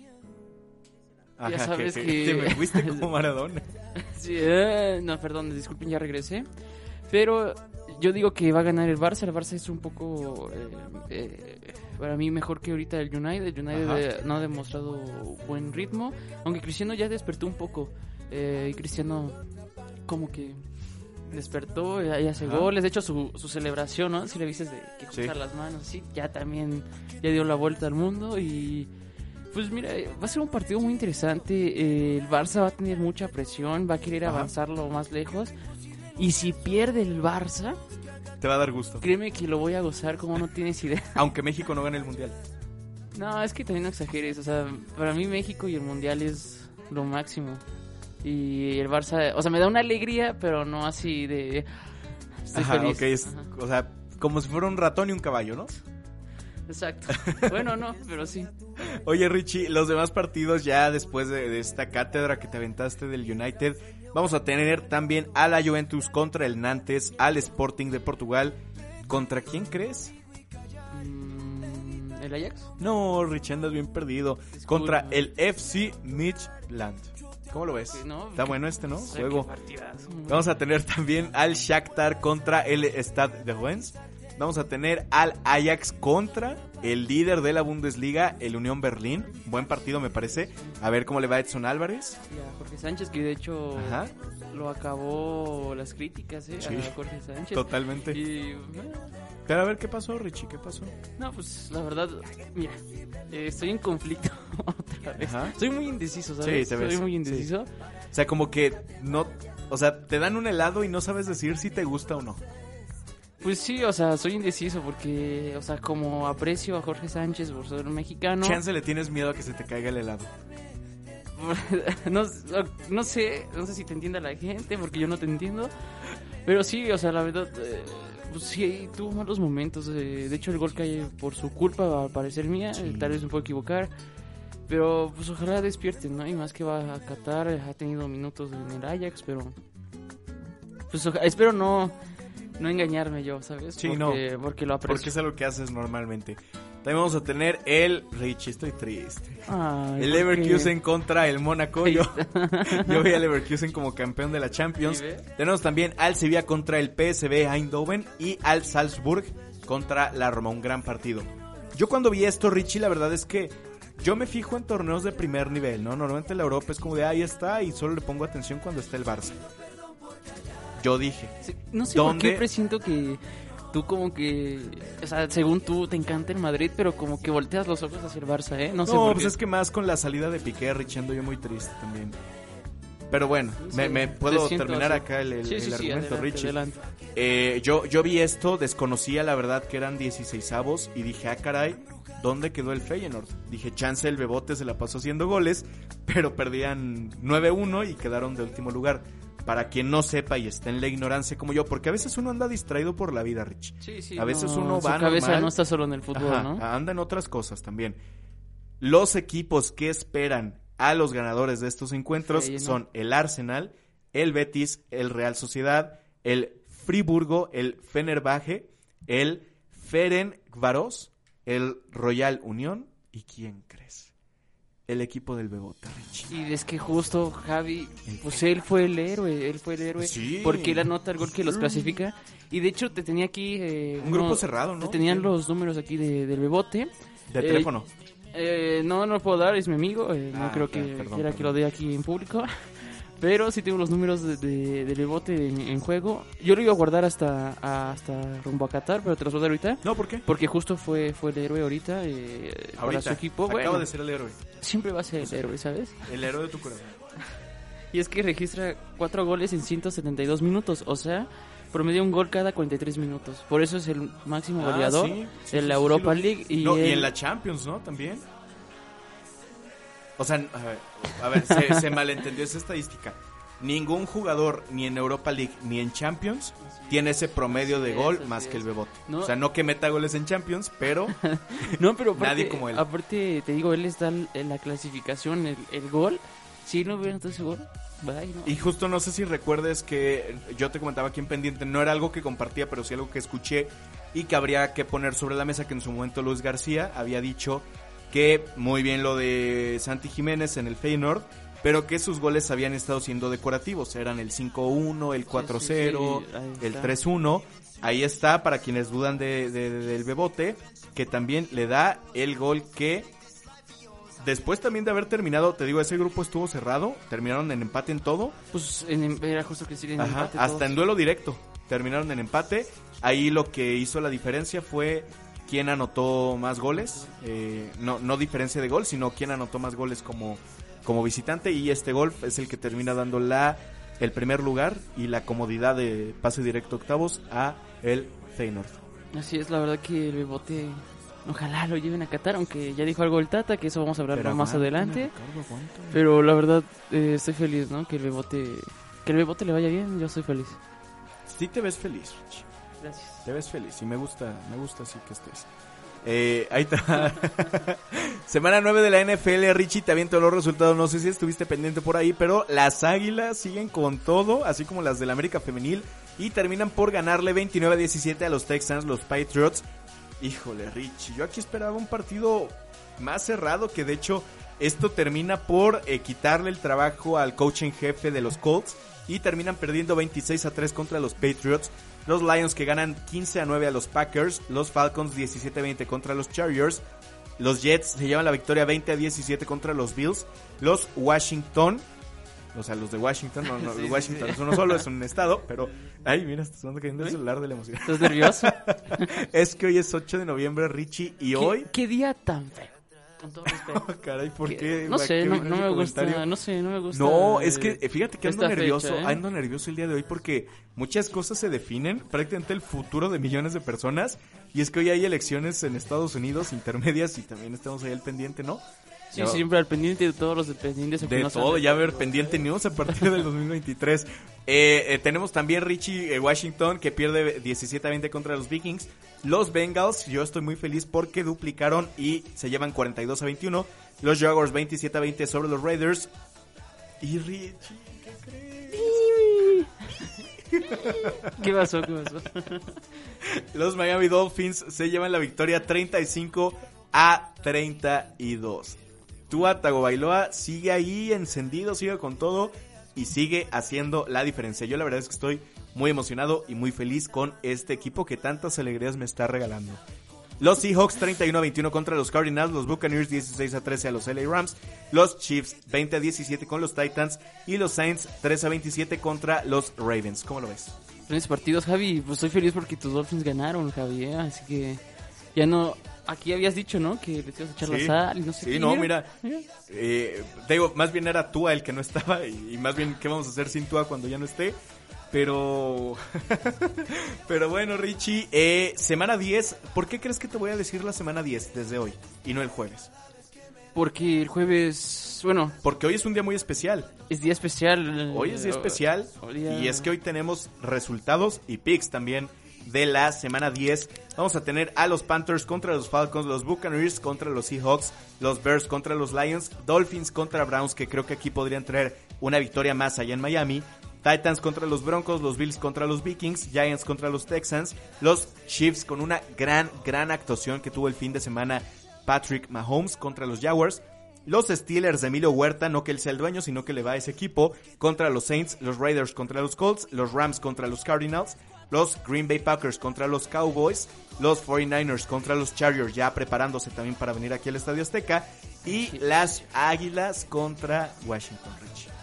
Ajá, ya sabes que, que- te me fuiste como Maradona. sí, eh, no, perdón, disculpen, ya regresé. Pero yo digo que va a ganar el Barça. El Barça es un poco, eh, eh, para mí, mejor que ahorita el United. El United Ajá. eh, no ha demostrado buen ritmo. Aunque Cristiano ya despertó un poco. Eh, y Cristiano como que despertó y y hace Ajá. goles. De hecho, su, su celebración, ¿no? Si le viste de que Sí. junta las manos, sí, ya también ya dio la vuelta al mundo. Y pues mira, eh, va a ser un partido muy interesante. Eh, el Barça va a tener mucha presión, va a querer Ajá. avanzarlo más lejos. Y si pierde el Barça, Te va a dar gusto. créeme que lo voy a gozar como no tienes idea. Aunque México no gane el Mundial. No, es que también no exageres. O sea, para mí México y el Mundial es lo máximo. Y el Barça, o sea, me da una alegría, pero no así de... Estoy Ajá, feliz. ok, es- Ajá. o sea, como si fuera un ratón y un caballo, ¿no? Exacto. Bueno, no, pero sí. Oye, Richie, los demás partidos ya después de, de esta cátedra que te aventaste del United, vamos a tener también a la Juventus contra el Nantes, al Sporting de Portugal. ¿Contra quién crees? Mm, ¿El Ajax? No, Richie, andas bien perdido. Contra el F C Midland. ¿Cómo lo ves? Sí, ¿no? Está bueno este, ¿no? O sea, Juego. qué partidazo. Vamos a tener también al Shakhtar contra el Stade de Reims. Vamos a tener al Ajax contra el líder de la Bundesliga, el Unión Berlín. Buen partido, me parece. A ver cómo le va a Edson Álvarez. Y a Jorge Sánchez, que de hecho Ajá. lo acabó las críticas, ¿eh? Sí. A Jorge Sánchez. Totalmente. Y bueno, Pero a ver qué pasó, Richie, ¿qué pasó? no, pues la verdad, mira, eh, estoy en conflicto otra vez. Ajá. Soy muy indeciso, ¿sabes? Sí, te ves, Soy muy sí. indeciso. O sea, como que no... O sea, te dan un helado y no sabes decir si te gusta o no. Pues sí, o sea, soy indeciso porque, o sea, como aprecio a Jorge Sánchez por ser un mexicano. Chance le tienes miedo a que se te caiga el helado. no, no sé, no sé si te entienda la gente porque yo no te entiendo. Pero sí, o sea, la verdad, eh, pues sí, tuvo malos momentos. Eh, de hecho, el gol cae por su culpa, al parecer mía. Sí. Tal vez me puedo equivocar. Pero pues ojalá despierten, ¿no? Y más que va a Qatar, ha tenido minutos en el Ajax, pero pues ojalá, espero no no engañarme yo, ¿sabes? Sí, porque, no. Porque lo aprecio. Porque es algo que haces normalmente. También vamos a tener el Richie, estoy triste. Ay, el Leverkusen contra el Mónaco. Yo, yo voy al Leverkusen como campeón de la Champions. ¿Sí, tenemos también al Sevilla contra el P S V Eindhoven y al Salzburg contra la Roma, un gran partido. Yo cuando vi esto, Richie, la verdad es que yo me fijo en torneos de primer nivel, ¿no? Normalmente la Europa es como de ahí está y solo le pongo atención cuando está el Barça. Yo dije, sí, no sé ¿dónde? por qué presiento que tú como que, o sea, según tú te encanta el Madrid, pero como que volteas los ojos hacia el Barça, ¿eh? No sé no, por pues qué. Es que más con la salida de Piqué, Richie, ando yo muy triste también. Pero bueno, sí, me, me puedo terminar así. acá el, el, sí, sí, el sí, argumento, adelante, Richie. Adelante. Eh, yo, yo vi esto, desconocía la verdad que eran dieciseisavos y dije, ah caray, ¿dónde quedó el Feyenoord? Dije, chance el Bebote se la pasó haciendo goles, pero perdían nueve uno y quedaron de último lugar. Para quien no sepa y esté en la ignorancia como yo, porque a veces uno anda distraído por la vida, Rich. Sí, sí, a veces no, uno va su cabeza normal, no está solo en el fútbol, ajá, ¿no? Anda en otras cosas también. Los equipos que esperan a los ganadores de estos encuentros sí, ¿no? son el Arsenal, el Betis, el Real Sociedad, el Friburgo, el Fenerbahce, el Ferencváros, el Royal Unión y ¿quién crees? El equipo del Bebote, Richie. Y es que justo Javi, pues él fue el héroe, él fue el héroe, sí. porque él anota el gol que los clasifica. Y de hecho te tenía aquí eh, un grupo cerrado, ¿no? Te tenían sí. los números aquí de, del Bebote. De eh, teléfono. Eh, no, no lo puedo dar, es mi amigo, eh, no ah, creo okay, que perdón, quiera perdón. que lo dé aquí en público. Pero sí tengo los números de, de, del Bebote en, en juego. Yo lo iba a guardar hasta a, hasta rumbo a Qatar, pero te los voy a dar ahorita. No, ¿por qué? Porque justo fue fue el héroe ahorita, eh, ahorita para su equipo. Acaba bueno, de ser el héroe. Siempre va a ser el héroe, ¿sabes? El héroe de tu corazón. Y es que registra cuatro goles en ciento setenta y dos minutos, o sea, promedia un gol cada cuarenta y tres minutos. Por eso es el máximo ah, goleador sí, sí, de sí, la sí, Europa sí, lo... League. Y, no, el... y en la Champions, ¿no? También. O sea, a ver, a ver se, se malentendió esa estadística. Ningún jugador, ni en Europa League, ni en Champions, tiene ese promedio de gol sí, más sí, que el Bebote. No. O sea, no que meta goles en Champions, pero, no, pero aparte, nadie como él. Aparte, te digo, él está en la clasificación, el, el gol. Si no hubiera entonces ese gol, bye, no. Y justo no sé si recuerdes que yo te comentaba aquí en Pendiente, no era algo que compartía, pero sí algo que escuché y que habría que poner sobre la mesa, que en su momento Luis García había dicho que muy bien lo de Santi Jiménez en el Feyenoord, pero que sus goles habían estado siendo decorativos, eran el cinco uno, el cuatro cero, sí, sí, sí, el tres uno, ahí está para quienes dudan de, de, de, del Bebote, que también le da el gol que después también de haber terminado, te digo, ese grupo estuvo cerrado, terminaron en empate en todo. Pues en, era justo que sí, en Ajá, empate hasta todos. En duelo directo, terminaron en empate, ahí lo que hizo la diferencia fue quién anotó más goles, eh, no, no diferencia de gol, sino quién anotó más goles como... como visitante, y este gol es el que termina dando la el primer lugar y la comodidad de pase directo octavos a el Feyenoord. Así es, la verdad que el Bebote, ojalá lo lleven a Qatar, aunque ya dijo algo el Tata, que eso vamos a hablarlo Pero más aguanta, adelante. Ricardo, pero la verdad eh, estoy feliz, ¿no? Que el Bebote que el Bebote le vaya bien, yo estoy feliz. Sí te ves feliz, Richie. Gracias. Te ves feliz y me gusta, me gusta así que estés. Eh, ahí está. Semana nueve de la N F L, Richie, te aviento los resultados, no sé si estuviste pendiente por ahí, pero las Águilas siguen con todo, así como las del América Femenil, y terminan por ganarle veintinueve a diecisiete a los Texans, los Patriots. Híjole, Richie, yo aquí esperaba un partido más cerrado, que de hecho esto termina por eh, quitarle el trabajo al coach en jefe de los Colts, y terminan perdiendo veintiséis a tres contra los Patriots. Los Lions que ganan quince a nueve a los Packers, los Falcons diecisiete a veinte contra los Chargers, los Jets se llevan la victoria veinte a diecisiete contra los Bills, los Washington, o sea, los de Washington, no, no, sí, Washington sí, sí. es uno solo, es un estado, pero, ay, mira, estás sonando cayendo el celular de la emoción. ¿Estás nervioso? Es que hoy es ocho de noviembre, Richie, y ¿Qué, hoy... ¿Qué día tan feo? Con todo respeto. Oh, caray, ¿por qué? qué? No sé, no, no me comentario? gusta, no sé, no me gusta. No, es que fíjate que ando nervioso, fecha, ¿eh? ando nervioso el día de hoy porque muchas cosas se definen, prácticamente el futuro de millones de personas, y es que hoy hay elecciones en Estados Unidos, intermedias, y también estamos ahí al pendiente, ¿no? Sí, ya, siempre al pendiente de todos los dependientes. De no todo, sabe. ya ver pendiente news a partir del dos mil veintitrés. Eh, eh, tenemos también Richie eh, Washington que pierde diecisiete a veinte contra los Vikings. Los Bengals, yo estoy muy feliz porque duplicaron y se llevan cuarenta y dos a veintiuno. Los Jaguars veintisiete a veinte sobre los Raiders. Y Richie, ¿qué crees? ¿Qué pasó? ¿Qué pasó? Los Miami Dolphins se llevan la victoria treinta y cinco a treinta y dos. Tua Tagovailoa sigue ahí encendido, sigue con todo y sigue haciendo la diferencia. Yo la verdad es que estoy muy emocionado y muy feliz con este equipo que tantas alegrías me está regalando. Los Seahawks treinta y uno a veintiuno contra los Cardinals, los Buccaneers dieciséis a trece a los L A Rams, los Chiefs veinte a diecisiete con los Titans y los Saints tres a veintisiete contra los Ravens. ¿Cómo lo ves? Grandes partidos, Javi. Pues estoy feliz porque tus Dolphins ganaron, Javi, ¿eh? Así que ya no... Aquí habías dicho, ¿no? Que les ibas a echar sí, la sal y no sé sí, qué. Sí, no, mira, mira. Eh, te digo, más bien era Tua el que no estaba y, y más bien qué vamos a hacer sin Tua cuando ya no esté. Pero, pero bueno, Richie, eh, semana diez, ¿por qué crees que te voy a decir la semana diez desde hoy y no el jueves? Porque el jueves, bueno... Porque hoy es un día muy especial. Es día especial. Hoy es día especial día... y es que hoy tenemos resultados y picks también de la semana diez. Vamos a tener a los Panthers contra los Falcons, los Buccaneers contra los Seahawks, los Bears contra los Lions, Dolphins contra Browns, que creo que aquí podrían traer una victoria más allá en Miami, Titans contra los Broncos, los Bills contra los Vikings, Giants contra los Texans, los Chiefs con una gran, gran actuación que tuvo el fin de semana Patrick Mahomes contra los Jaguars, los Steelers de Emilio Huerta, no que él sea el dueño, sino que le va a ese equipo, contra los Saints, los Raiders contra los Colts, los Rams contra los Cardinals, los Green Bay Packers contra los Cowboys, los cuarenta y nueve ers contra los Chargers, ya preparándose también para venir aquí al Estadio Azteca, y las Águilas contra Washington, Richie.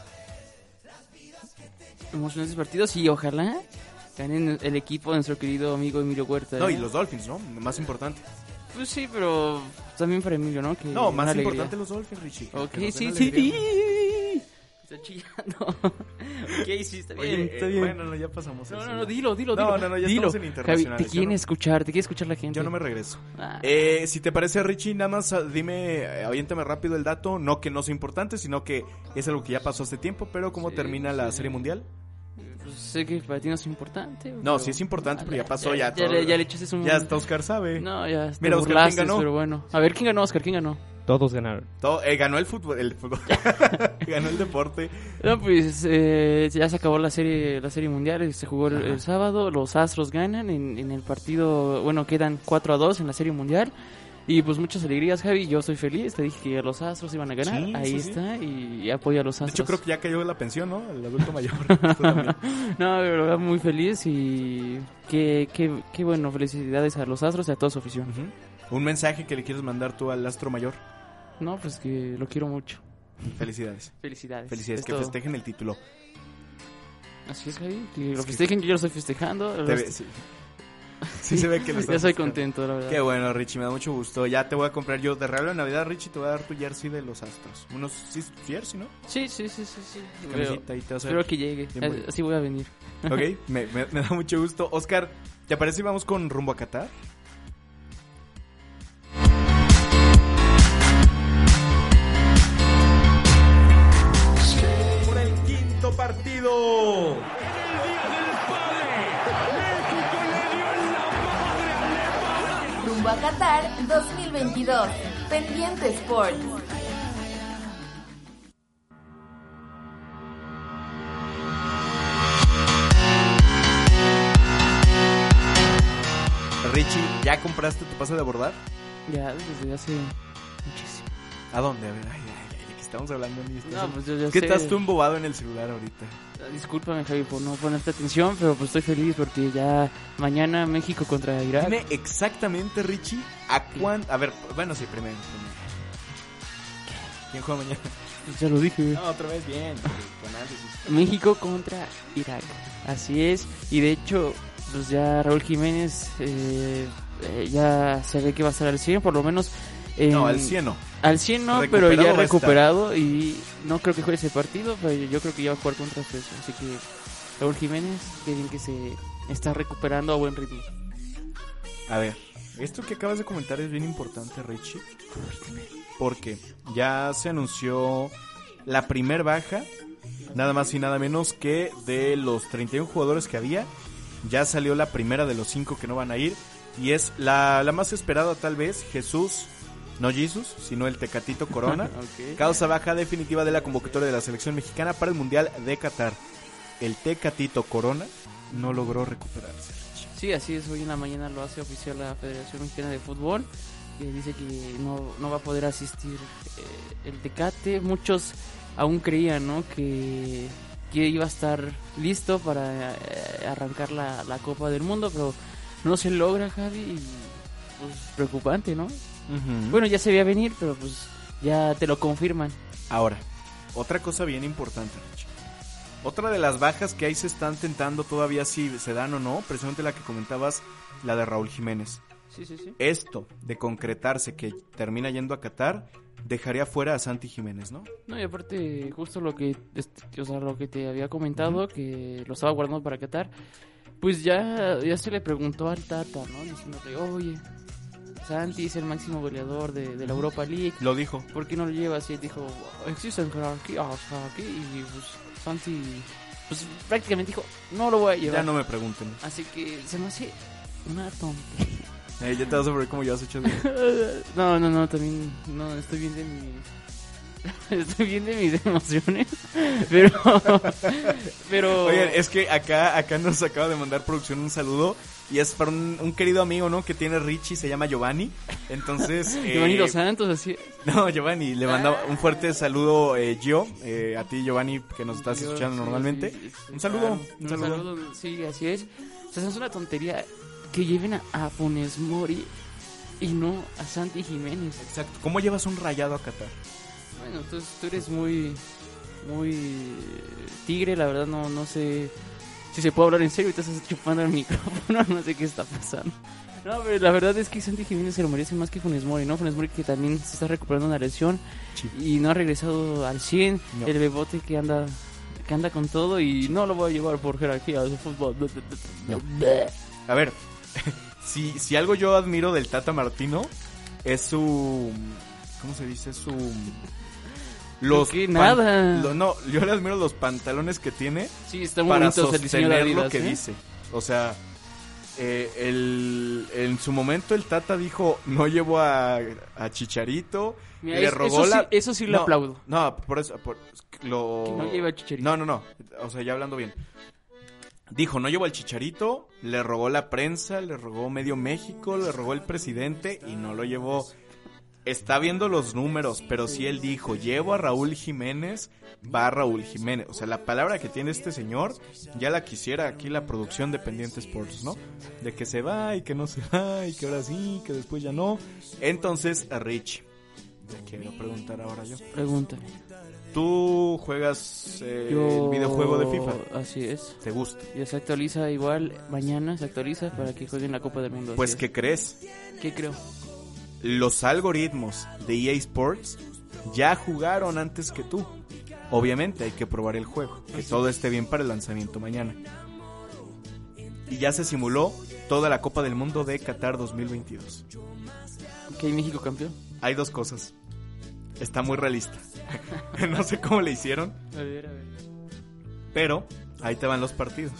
Emocionantes partidos y ojalá ganen el equipo de nuestro querido amigo Emilio Huerta. No, ¿eh? y los Dolphins, ¿no? Más importante. Pues sí, pero también para Emilio, ¿no? Que no, más importante los Dolphins, Richie. Ok, sí, sí. Está chillando. Ok, sí, está bien, Oye, está eh, bien. Bueno, no, ya pasamos no, eso. No, no, dilo, dilo, no, dilo. No, no, ya dilo. estamos en internacionales. Javi, te quieren no, escuchar, te quiere escuchar la gente. Yo no me regreso. Ah. Eh, si te parece, Richie, nada más dime, eh, aviéntame rápido el dato. No que no sea importante, sino que es algo que ya pasó hace tiempo, pero ¿cómo sí, termina sí. la Serie Mundial? Pues sé que para ti no es importante. No, pero... sí es importante, pero ya pasó, ya, ya, ya, ya, ya le echaste un... Ya hasta Oscar sabe. No, ya hasta Mira, Oscar, ¿quién ganó? Pero bueno. A ver, ¿quién ganó, Oscar? ¿Quién ganó? Todos ganaron. Todo, eh, ganó el fútbol, el fútbol. Ganó el deporte. No, pues eh, ya se acabó la serie la serie mundial, se jugó el, el sábado, los Astros ganan en, en el partido, bueno, quedan cuatro a dos en la serie mundial. Y pues muchas alegrías, Javi, yo soy feliz, te dije que los Astros iban a ganar, sí, ahí sí, está, sí. Y apoyo a los Astros. De hecho creo que ya cayó la pensión, ¿no? El adulto mayor. No, pero muy feliz y qué, qué, qué bueno, felicidades a los Astros y a toda su afición. Uh-huh. ¿Un mensaje que le quieres mandar tú al astro mayor? No, pues que lo quiero mucho. Felicidades. Felicidades. Felicidades, es que todo. Festejen el título. Así es, Javi, que lo festejen, que yo lo estoy festejando. Te ve, sí. Sí, se ve que lo estás ya soy contento, la verdad. Qué bueno, Richie, me da mucho gusto. Ya te voy a comprar yo de regalo de Navidad, Richie, te voy a dar tu jersey de los Astros. Unos sí, jersey, ¿no? Sí, sí, sí, sí, sí. Camisita, ahí te vas a espero que llegue. Bien, así voy a venir. Ok, me, me, me da mucho gusto. Oscar, ¿te parece si vamos con rumbo a Qatar? Por el quinto partido. Rumbo a Qatar dos mil veintidós. Pendiente Sport. Richie, ¿ya compraste tu pase de abordar? Ya, desde hace muchísimo. ¿A dónde? A ver, ay, ay, ay, que estamos hablando en esto. No, pues yo ya ¿Qué sé. estás tú embobado en el celular ahorita? Discúlpame, Javi, por no ponerte atención, pero pues estoy feliz porque ya mañana México contra Irak. Dime exactamente, Richie, a cuánto... A ver, bueno, sí, primero. primero. ¿Quién juega mañana? Ya lo dije. No, otra vez bien. Con análisis. México contra Irak. Así es. Y de hecho, pues ya Raúl Jiménez eh, eh, ya se ve que va a estar al cien, por lo menos. En, no, al cien no. Al cien no, pero ya recuperado y no creo que juegue ese partido, pero yo creo que ya va a jugar contra Suecia. Así que Raúl Jiménez, que bien que se está recuperando a buen ritmo. A ver, esto que acabas de comentar es bien importante, Richie. porque ya se anunció la primer baja, nada más y nada menos que de los treinta y uno jugadores que había, ya salió la primera de los cinco que no van a ir, y es la, la más esperada tal vez, Jesús, no Jesus, sino el Tecatito Corona, okay. Causa baja definitiva de la convocatoria de la selección mexicana para el Mundial de Qatar. El Tecatito Corona no logró recuperarse. Sí, así es, hoy en la mañana lo hace oficial la Federación Mexicana de Fútbol, que dice que no, no va a poder asistir eh, el Tecate. Muchos aún creían, ¿no?, que, que iba a estar listo para eh, arrancar la, la Copa del Mundo, pero no se logra, Javi, y pues preocupante, ¿no? Uh-huh. Bueno, ya se veía venir, pero pues ya te lo confirman. Ahora, otra cosa bien importante, Rich. Otra de las bajas que ahí se están tentando todavía si se dan o no, precisamente la que comentabas, la de Raúl Jiménez. Sí, sí, sí. Esto de concretarse que termina yendo a Qatar dejaría fuera a Santi Jiménez, ¿no? No, y aparte justo lo que, o sea, lo que te había comentado, uh-huh. que lo estaba guardando para Qatar, pues ya, ya se le preguntó al Tata, ¿no? Diciéndole, oye, Santi es el máximo goleador de, de la Europa League. Lo dijo. ¿Por qué no lo llevas? Y él dijo, existen jerarquías aquí, y pues Santi pues prácticamente dijo, no lo voy a llevar. Ya no me pregunten. Así que se me hace una tontería. Eh, ya te vas a ver cómo llevas hecho. No, no, no, también, no, estoy bien de mi... Estoy bien de mis emociones, pero... pero... Oye, es que acá acá nos acaba de mandar producción un saludo, y es para un, un querido amigo, ¿no?, que tiene Richie, se llama Giovanni, entonces... Giovanni eh, Dos Santos, así... No, Giovanni, le manda un fuerte saludo, eh, yo, eh, a ti, Giovanni, que nos estás Dios, escuchando sí, normalmente. Sí, sí, un saludo, claro, un saludo. Un saludo, sí, así es. O sea, es una tontería que lleven a, a Funes Mori y no a Santi Jiménez. Exacto, ¿cómo llevas un Rayado a Qatar? Bueno, entonces tú eres muy, muy tigre, la verdad no, no sé si se puede hablar en serio y te estás chupando el micrófono, no sé qué está pasando. No, pero la verdad es que Santi Jiménez se lo merece más que Funes Mori, ¿no? Funes Mori que también se está recuperando una lesión, sí, y no ha regresado al cien, no. El Bebote que anda que anda con todo y no lo voy a llevar por jerarquía de fútbol. No. A ver, si, si algo yo admiro del Tata Martino es su... ¿Cómo se dice? Su... Los que nada. Lo, no, yo le admiro los pantalones que tiene. Sí, está muy para bonito el diseño de Adidas, lo que ¿eh? dice. O sea, eh, el, en su momento el Tata dijo, no llevo a, a Chicharito. Mira, le es, robó eso, la... sí, eso sí le no, aplaudo. No, por eso... Por, lo... Que no lleva a Chicharito. No, no, no. O sea, ya hablando bien. Dijo, no llevo al Chicharito, le rogó la prensa, le rogó medio México, le rogó el presidente y no lo llevó... Está viendo los números, pero si él dijo, llevo a Raúl Jiménez, va a Raúl Jiménez. O sea, la palabra que tiene este señor, ya la quisiera aquí la producción de Pendiente Sports, ¿no? De que se va y que no se va y que ahora sí, que después ya no. Entonces, a Rich, te quiero preguntar ahora yo. Pregúntame. ¿Tú juegas eh, yo... el videojuego de FIFA? Así es. ¿Te gusta? Ya se actualiza igual, mañana se actualiza para que jueguen la Copa del Mundo. Pues, ¿qué crees? ¿Qué creo? Los algoritmos de E A Sports ya jugaron antes que tú. Obviamente hay que probar el juego, que todo esté bien para el lanzamiento mañana. Y ya se simuló toda la Copa del Mundo de Qatar dos mil veintidós. ¿Que hay México campeón? Hay dos cosas. Está muy realista. No sé cómo le hicieron. A ver, a ver. Pero ahí te van los partidos.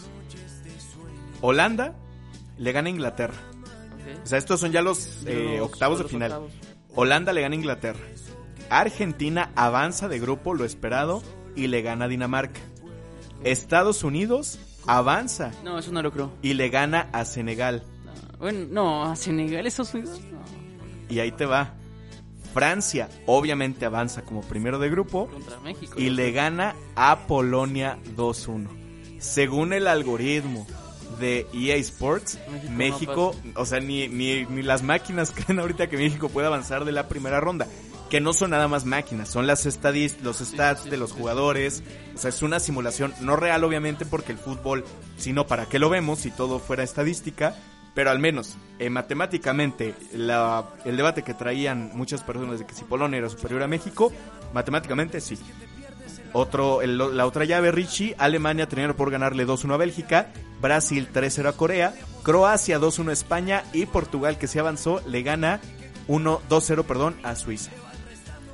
Holanda le gana a Inglaterra. O sea, estos son ya los, eh, los octavos de final. Octavos. Holanda le gana a Inglaterra. Argentina avanza de grupo, lo esperado, y le gana a Dinamarca. Estados Unidos avanza. No, eso no lo creo. Y le gana a Senegal. No, bueno, no, a Senegal, Estados Unidos. No. Y ahí te va. Francia obviamente avanza como primero de grupo. Contra México. Y le gana a Polonia dos uno. Según el algoritmo de E A Sports, México, México no o sea, ni, ni, ni las máquinas creen ahorita que México pueda avanzar de la primera ronda. Que no son nada más máquinas, son las estadis, los stats sí, sí, de los sí, jugadores. Sí. O sea, es una simulación, no real obviamente, porque el fútbol, si no, ¿para qué lo vemos si todo fuera estadística? Pero al menos, eh, matemáticamente, la, el debate que traían muchas personas de que si Polonia era superior a México, matemáticamente sí. Otro, el, la otra llave, Richie, Alemania terminó por ganarle dos uno a Bélgica, Brasil tres cero a Corea, Croacia dos uno a España y Portugal, que se avanzó, le gana uno dos cero perdón, a Suiza.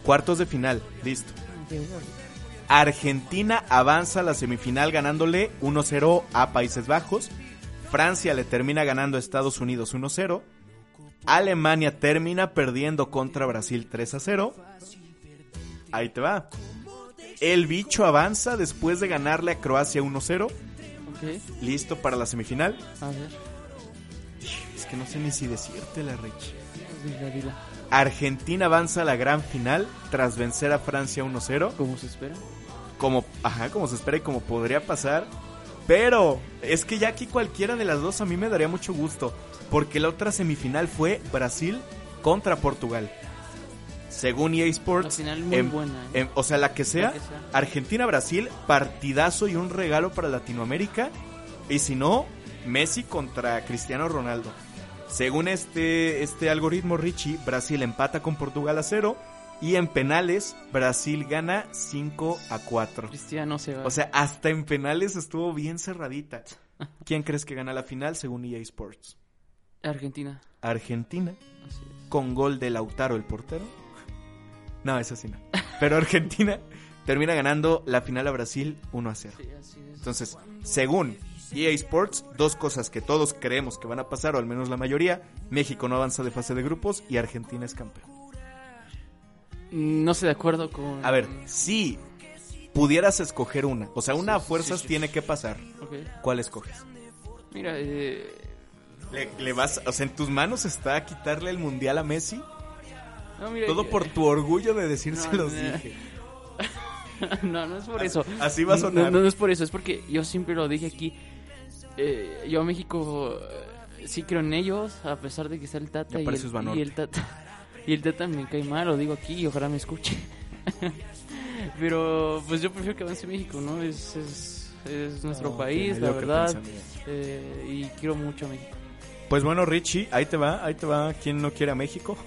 Cuartos de final, listo. Argentina avanza a la semifinal ganándole uno cero a Países Bajos. Francia le termina ganando a Estados Unidos uno cero. Alemania termina perdiendo contra Brasil tres a cero. Ahí te va. El bicho avanza después de ganarle a Croacia uno cero. Okay. Listo para la semifinal. A ver. Es que no sé ni si decirte la Rich. Dila, dila. Argentina avanza a la gran final tras vencer a Francia uno cero. ¿Cómo se espera? Como, ajá, como se espera y como podría pasar. Pero es que ya aquí cualquiera de las dos a mí me daría mucho gusto, porque la otra semifinal fue Brasil contra Portugal. Según E A Sports, la final muy en, buena, ¿eh? en, o sea, la que sea, La que sea. Argentina-Brasil, partidazo y un regalo para Latinoamérica. Y si no, Messi contra Cristiano Ronaldo. Según este, este algoritmo, Richie, Brasil empata con Portugal a cero. Y en penales, Brasil gana cinco a cuatro. Cristiano se va. O sea, hasta en penales estuvo bien cerradita. ¿Quién crees que gana la final según E A Sports? Argentina. Argentina, Así es. con gol de Lautaro, el portero. No, eso sí no. Pero Argentina termina ganando la final a Brasil uno a cero. Sí, así es. Entonces, según E A Sports, dos cosas que todos creemos que van a pasar, o al menos la mayoría: México no avanza de fase de grupos y Argentina es campeón. No estoy de acuerdo con... A ver, si pudieras escoger una, o sea, una a Sí, fuerzas sí, sí. tiene que pasar, Okay. ¿cuál escoges? Mira, eh... Le, le vas, o sea, en tus manos está quitarle el mundial a Messi. No, mira, Todo eh, por tu orgullo de decir se no, los no. dije. No, no es por eso. Así va a sonar. No, no es por eso, es porque yo siempre lo dije aquí. Eh, yo a México eh, sí creo en ellos, a pesar de que está el Tata Ya y pareces el, Banorte. y el Tata. Y el Tata me cae mal, lo digo aquí y ojalá me escuche. Pero pues yo prefiero que avance México, ¿no? Es, es, es nuestro No, país, qué la medio que verdad. pensamiento. Eh, y quiero mucho a México. Pues bueno, Richie, ahí te va, ahí te va. ¿Quién no quiere a México?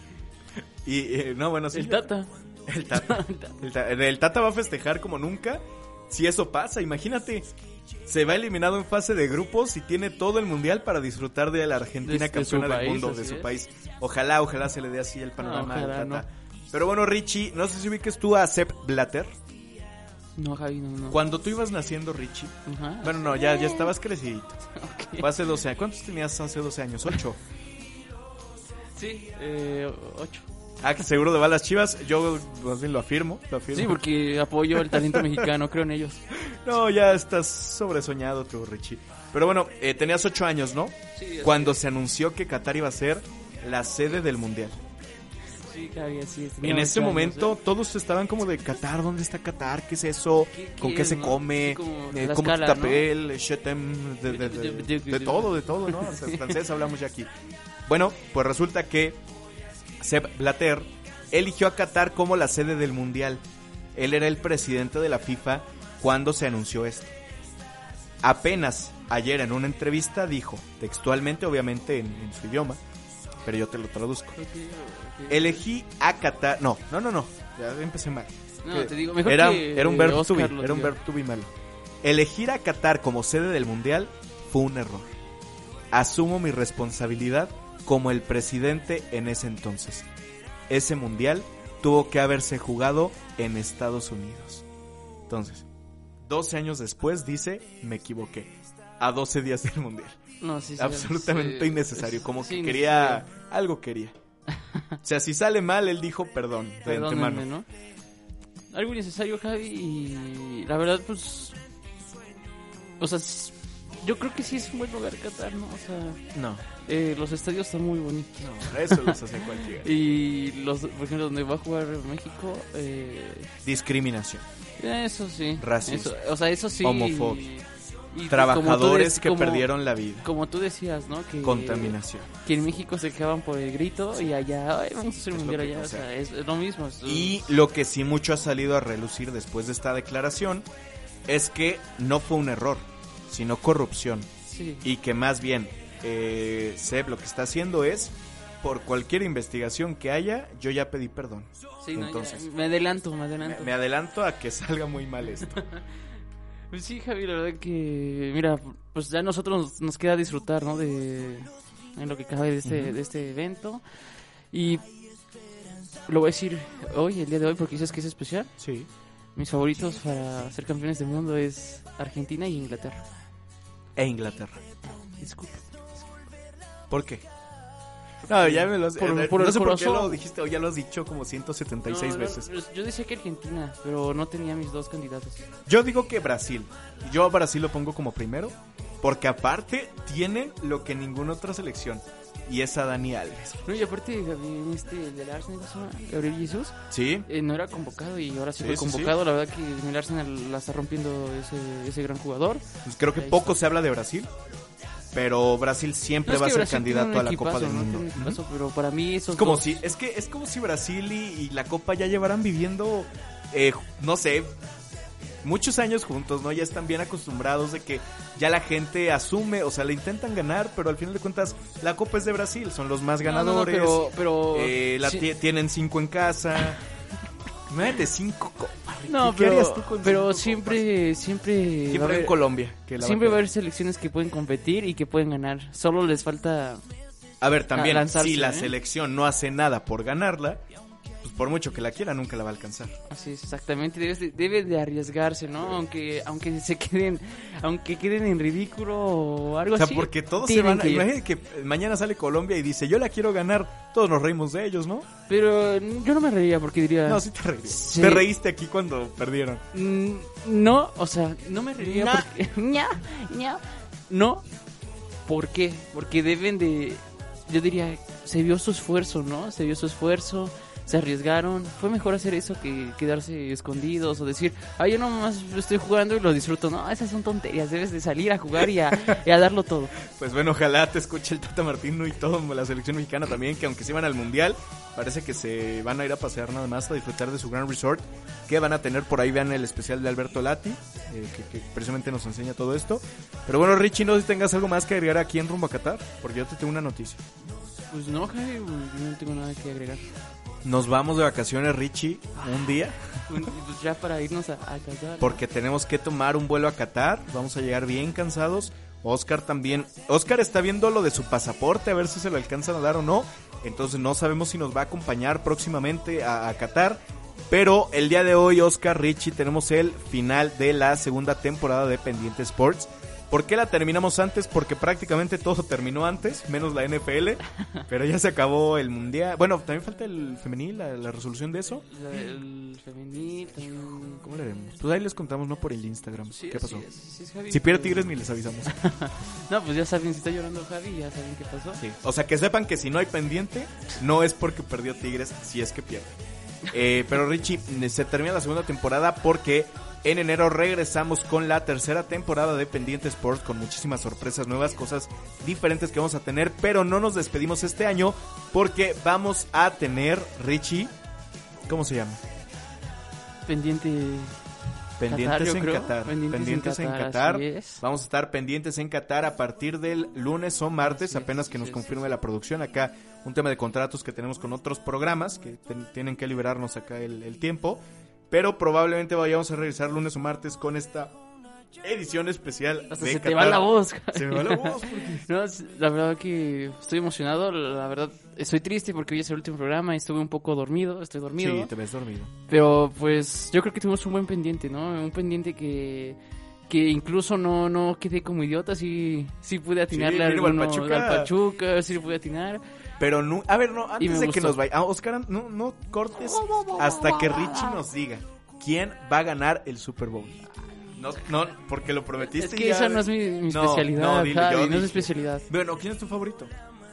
Y eh, no, bueno, sí. El Tata. El Tata. El, ta- el Tata va a festejar como nunca. Si eso pasa, imagínate. Se va eliminado en fase de grupos y tiene todo el mundial para disfrutar de la Argentina De- de campeona su del país, mundo, de así su es. país. Ojalá, ojalá se le dé así el panorama No, ojalá, al Tata. no. Pero bueno, Richie, no sé si ubiques tú a Sepp Blatter. No, Javi, no, no. Cuando tú ibas naciendo, Richie. Ajá. Bueno, no, ya, ya estabas crecidito. Ok. Fue hace doce años. ¿Cuántos tenías hace doce años? ¿ocho? Sí, eh, ocho. Ah, que seguro de va a las Chivas. Yo más bien lo afirmo, lo afirmo. Sí, porque apoyo el talento mexicano, creo en ellos. No, ya estás sobresoñado tú, Richie. Pero bueno, eh, tenías ocho años, ¿no? Sí, Cuando se anunció que Qatar iba a ser la sede del Mundial. Sí, Javi, así es. En Tenía ese ocho años, momento ¿eh? todos estaban como de Qatar, ¿dónde está Qatar? ¿Qué es eso? ¿Qué- ¿Con qué qué es, se no? come? Así como Eh, la ¿Cómo escala, tapel? Shetem, de, de, de, de, de todo, de todo, ¿no? O sea, francés hablamos ya aquí. Bueno, pues resulta que Sepp Blatter eligió a Qatar como la sede del Mundial. Él era el presidente de la FIFA cuando se anunció esto. Apenas ayer en una entrevista dijo, textualmente, obviamente en, en su idioma, pero yo te lo traduzco. Ok, ok. Elegí a Qatar. No, no, no, no. Ya empecé mal. No, Que te digo, mejor era, que era un verbo to Oscar be, lo era un diga. verbo to be malo. Elegir a Qatar como sede del mundial fue un error. Asumo mi responsabilidad como el presidente en ese entonces. Ese mundial tuvo que haberse jugado en Estados Unidos. Entonces, doce años después dice, me equivoqué. A doce días del mundial. No, sí, sí, Absolutamente sí, innecesario. Como sí, que quería, innecesario. algo quería. O sea, si sale mal, él dijo perdón, de Perdónenme, antemano. ¿no? Algo innecesario, Javi, y la verdad, pues... O sea, s- yo creo que sí es un buen lugar Qatar, ¿no? O sea, No, eh, los estadios están muy bonitos. no, eso los hace cualquiera. Y los, por ejemplo, donde va a jugar México, eh, Discriminación. eso sí. Racismo. Eso, o sea, eso sí. Homofobia. Y, y Trabajadores como tú des- que como- perdieron la vida. Como tú decías, ¿no? Que, Contaminación. Que en México se quejaban por el grito y allá, ay, vamos a hacer Es un lo mundial que- allá. o O sea, sea, es, es lo mismo. es- Y lo que sí mucho ha salido a relucir después de esta declaración es que no fue un error, sino corrupción. Sí. Y que más bien, eh, Seb lo que está haciendo es, por cualquier investigación que haya, yo ya pedí perdón. Sí, no, ya, Entonces, me adelanto, me me, adelanto. me adelanto a que salga muy mal esto. Pues sí, Javi, la verdad que, mira, pues ya nosotros nos, nos queda disfrutar, ¿no? De en lo que cabe de este, Ujú. de este evento. Y lo voy a decir hoy, el día de hoy, porque dices que es especial. Sí. Mis favoritos para ser campeones del mundo es Argentina y Inglaterra. E Inglaterra. Disculpa. ¿Por qué? No, ya me lo sé. Por- eh, por no el sé por qué corazón. lo dijiste, o ya lo has dicho como ciento setenta y seis No, veces. no, yo decía que Argentina, pero no tenía mis dos candidatos. Yo digo que Brasil. Yo a Brasil lo pongo como primero, porque aparte tienen lo que ninguna otra selección, y es a Dani Alves. No, y aparte, Gabriel, este, el del Arsenal, ¿cómo se llama? Gabriel Jesús, ¿Sí? eh, no era convocado y ahora sí, Sí, fue sí, convocado. La verdad que en el Arsenal la está rompiendo ese, ese gran jugador. Pues creo que Ahí poco está. se habla de Brasil, pero Brasil siempre No, es va a que ser Brasil candidato tiene a un la equipazo, Copa del ¿no? Mundo. Tiene un equipazo, pero para mí esos Es como dos- si, es que es como si Brasil y, y la Copa ya llevaran viviendo, eh, no sé, muchos años juntos, ¿no? Ya están bien acostumbrados de que ya la gente asume, o sea, le intentan ganar, pero al final de cuentas la Copa es de Brasil, son los más No, no, no, ganadores. pero, pero eh, la sí. ti- tienen cinco en casa. Imagínate cinco copas. No, ¿Qué harías pero, tú con pero cinco siempre, siempre, va a Siempre haber, en Colombia. Que la siempre va va a a haber selecciones que pueden competir y que pueden ganar. Solo les falta. A ver, también, a lanzarse, si la ¿eh? selección no hace nada por ganarla, pues por mucho que la quiera, nunca la va a alcanzar. Así es, exactamente. Debes de, debe de arriesgarse, ¿no? Aunque, aunque se queden, aunque queden en ridículo o algo O sea, así. porque todos se tienen van a... que ir. Imagínate que mañana sale Colombia y dice, yo la quiero ganar, todos nos reímos de ellos, ¿no? Pero yo no me reiría porque diría. No, sí te reirías. Sí. Te reíste aquí cuando perdieron. Mm, No, o sea, no me reiría Nah. porque... ña, ña. No, ¿por qué? Porque deben de... Yo diría, se vio su esfuerzo, ¿no? Se vio su esfuerzo, se arriesgaron. Fue mejor hacer eso que quedarse escondidos o decir, ah, yo nomás estoy jugando y lo disfruto. No, esas son tonterías, debes de salir a jugar y a, y a darlo todo. Pues bueno, ojalá te escuche el Tata Martino y todo la selección mexicana también, que aunque se van al Mundial, parece que se van a ir a pasear nada más a disfrutar de su gran resort que van a tener por ahí. Vean el especial de Alberto Lati, eh, que, que precisamente nos enseña todo esto. Pero bueno, Richie, no sé si tengas algo más que agregar aquí en Rumbo a Qatar, porque yo te tengo una noticia. Pues no, Javi, yo no tengo nada que agregar. Nos vamos de vacaciones, Richie, un día, Pues ya para irnos a, a Qatar. porque tenemos que tomar un vuelo a Qatar. Vamos a llegar bien cansados. Oscar también. Oscar está viendo lo de su pasaporte, a ver si se lo alcanzan a dar o no. Entonces no sabemos si nos va a acompañar próximamente a, a Qatar. Pero el día de hoy, Oscar, Richie, tenemos el final de la segunda temporada de Pendiente Sports. ¿Por qué la terminamos antes? Porque prácticamente todo terminó antes, menos la N F L. Pero ya se acabó el Mundial. Bueno, también falta el femenil, la, la resolución de eso. La- El femenil también... ¿Cómo le haremos? Pues ahí les contamos, ¿no? Por el Instagram. Sí, ¿Qué pasó? así es, así es, Javi, Si pierde pero- Tigres ni les avisamos. No, pues ya saben, si está llorando Javi, ya saben qué pasó. Sí. O sea, que sepan que si no hay pendiente, no es porque perdió Tigres, si es que pierde. Eh, pero Richie, se termina la segunda temporada porque en enero regresamos con la tercera temporada de Pendiente Sports, con muchísimas sorpresas, nuevas cosas diferentes que vamos a tener. Pero no nos despedimos este año porque vamos a tener, Richie, ¿cómo se llama? Pendiente... Pendientes Qatar, yo en creo. Qatar. Pendientes Pendientes, en en Qatar, Qatar. así es. Vamos a estar pendientes en Qatar a partir del lunes o martes, Así es, apenas que así nos es, confirme así es. la producción. Acá un tema de contratos que tenemos con otros programas que ten- tienen que liberarnos acá el, el tiempo. Pero probablemente vayamos a regresar lunes o martes con esta edición especial Hasta de se te Qatar. va la voz. Se me va la voz porque... No, es- la verdad que estoy emocionado, la verdad estoy triste porque hoy es el último programa y estuve un poco dormido, estoy dormido. Sí, te ves dormido. Pero pues yo creo que tuvimos un buen pendiente, ¿no? Un pendiente que que incluso no no quedé como idiota, sí sí pude atinarle a mínimo al alguno, Pachuca. al Pachuca, sí le pude atinar. Pero no, a ver, no, Y me antes de que gustó. nos vaya, ah, Oscar, no, no cortes hasta que Richie nos diga quién va a ganar el Super Bowl. No, no, porque lo prometiste. Es que ya. esa no es mi, mi No, especialidad, no, dile, Javi, yo no es mi dije. especialidad. Bueno, ¿quién es tu favorito?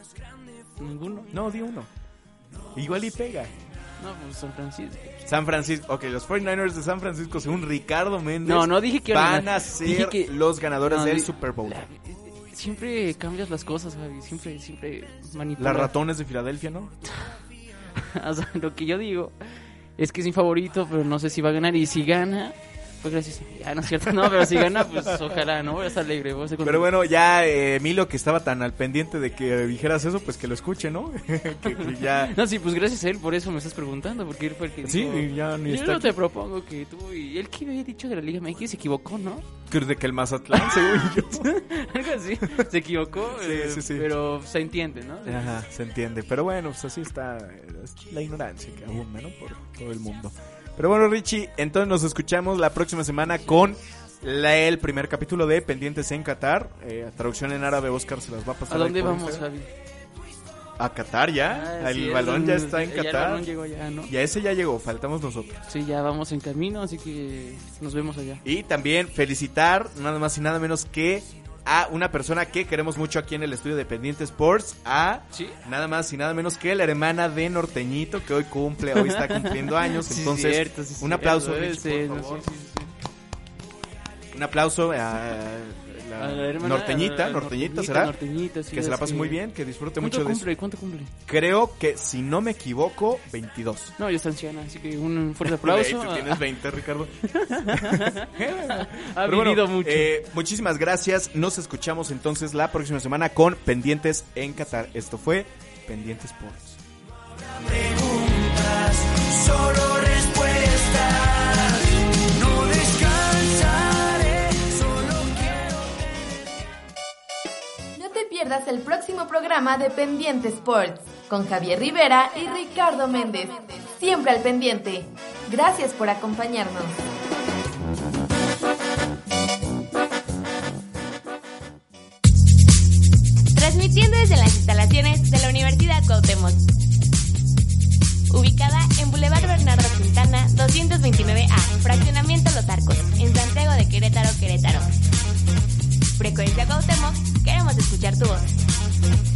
Ninguno. No, di uno. Igual y pega. No, pues San Francisco. San Francisco, ok, los cuarenta y nueve ers de San Francisco, según Ricardo Méndez, No, no dije que van ganar. a ser Dije que- los ganadores No, del di- Super Bowl. La- siempre cambias las cosas, Javi, siempre siempre manipulas. Las ratones de Filadelfia, ¿no? O sea, lo que yo digo es que es mi favorito, pero no sé si va a ganar. Y si gana, Pues gracias. Ya, no es cierto. No, pero si gana, pues ojalá, ¿no? Voy a estar alegre. Voy a estar Pero bueno, ya eh, Emilio, que estaba tan al pendiente de que dijeras eso, pues que lo escuche, ¿no? que, que ya... No, sí, pues gracias a él, por eso me estás preguntando, porque él fue el que Sí, dijo, ya ni yo está no aquí. te propongo que tú... Y él que había dicho de la Liga M X se equivocó, ¿no? De que el Mazatlán, según yo. Algo así. Se equivocó, Sí, eh, sí, sí. pero se entiende, ¿no? Ajá, se entiende. Pero bueno, pues así está es la ignorancia que abunda, ¿no? Por todo el mundo. Pero bueno, Richie, entonces nos escuchamos la próxima semana con la, el primer capítulo de Pendientes en Qatar. Eh, traducción en árabe, Oscar se las va a pasar. ¿A dónde ahí por vamos, Instagram. Javi? A Qatar ya. Ah, el sí, balón es ya un- está en ya el Qatar. balón llegó ya, ¿no? Ya ese ya llegó, faltamos nosotros. Sí, ya vamos en camino, así que nos vemos allá. Y también felicitar nada más y nada menos que a una persona que queremos mucho aquí en el estudio de Pendiente Sports, a ¿Sí? nada más y nada menos que la hermana de Norteñito, que hoy cumple, hoy está cumpliendo años. Sí, Entonces, cierto, sí, un cierto, aplauso, eh, Rich, sí, por no, favor. sí, sí, sí. Un aplauso a la, A la hermana- Norteñita, a la Norteñita, ¿será? Norteñita, sí, Que se la sí. pase muy bien, que disfrute ¿Cuánto mucho de cumple? eso. ¿Cuánto cumple? Creo que, si no me equivoco, veintidós. No, ya está anciana, así que un fuerte Ahí aplauso. tú tienes veinte, Ricardo. Ha Pero vivido bueno, mucho. eh, muchísimas gracias. Nos escuchamos entonces la próxima semana con Pendientes en Qatar. Esto fue Pendientes Sports. Preguntas, solo respuestas. No descansaré, solo quiero. No te pierdas el próximo programa de Pendiente Sports con Javier Rivera y Ricardo Méndez. Siempre al pendiente. Gracias por acompañarnos. Transmitiendo desde las instalaciones de la Universidad Cuauhtémoc. Ubicada en Boulevard Bernardo Quintana, doscientos veintinueve A, Fraccionamiento Los Arcos, en Santiago de Querétaro, Querétaro. Frecuencia Cuauhtémoc, queremos escuchar tu voz.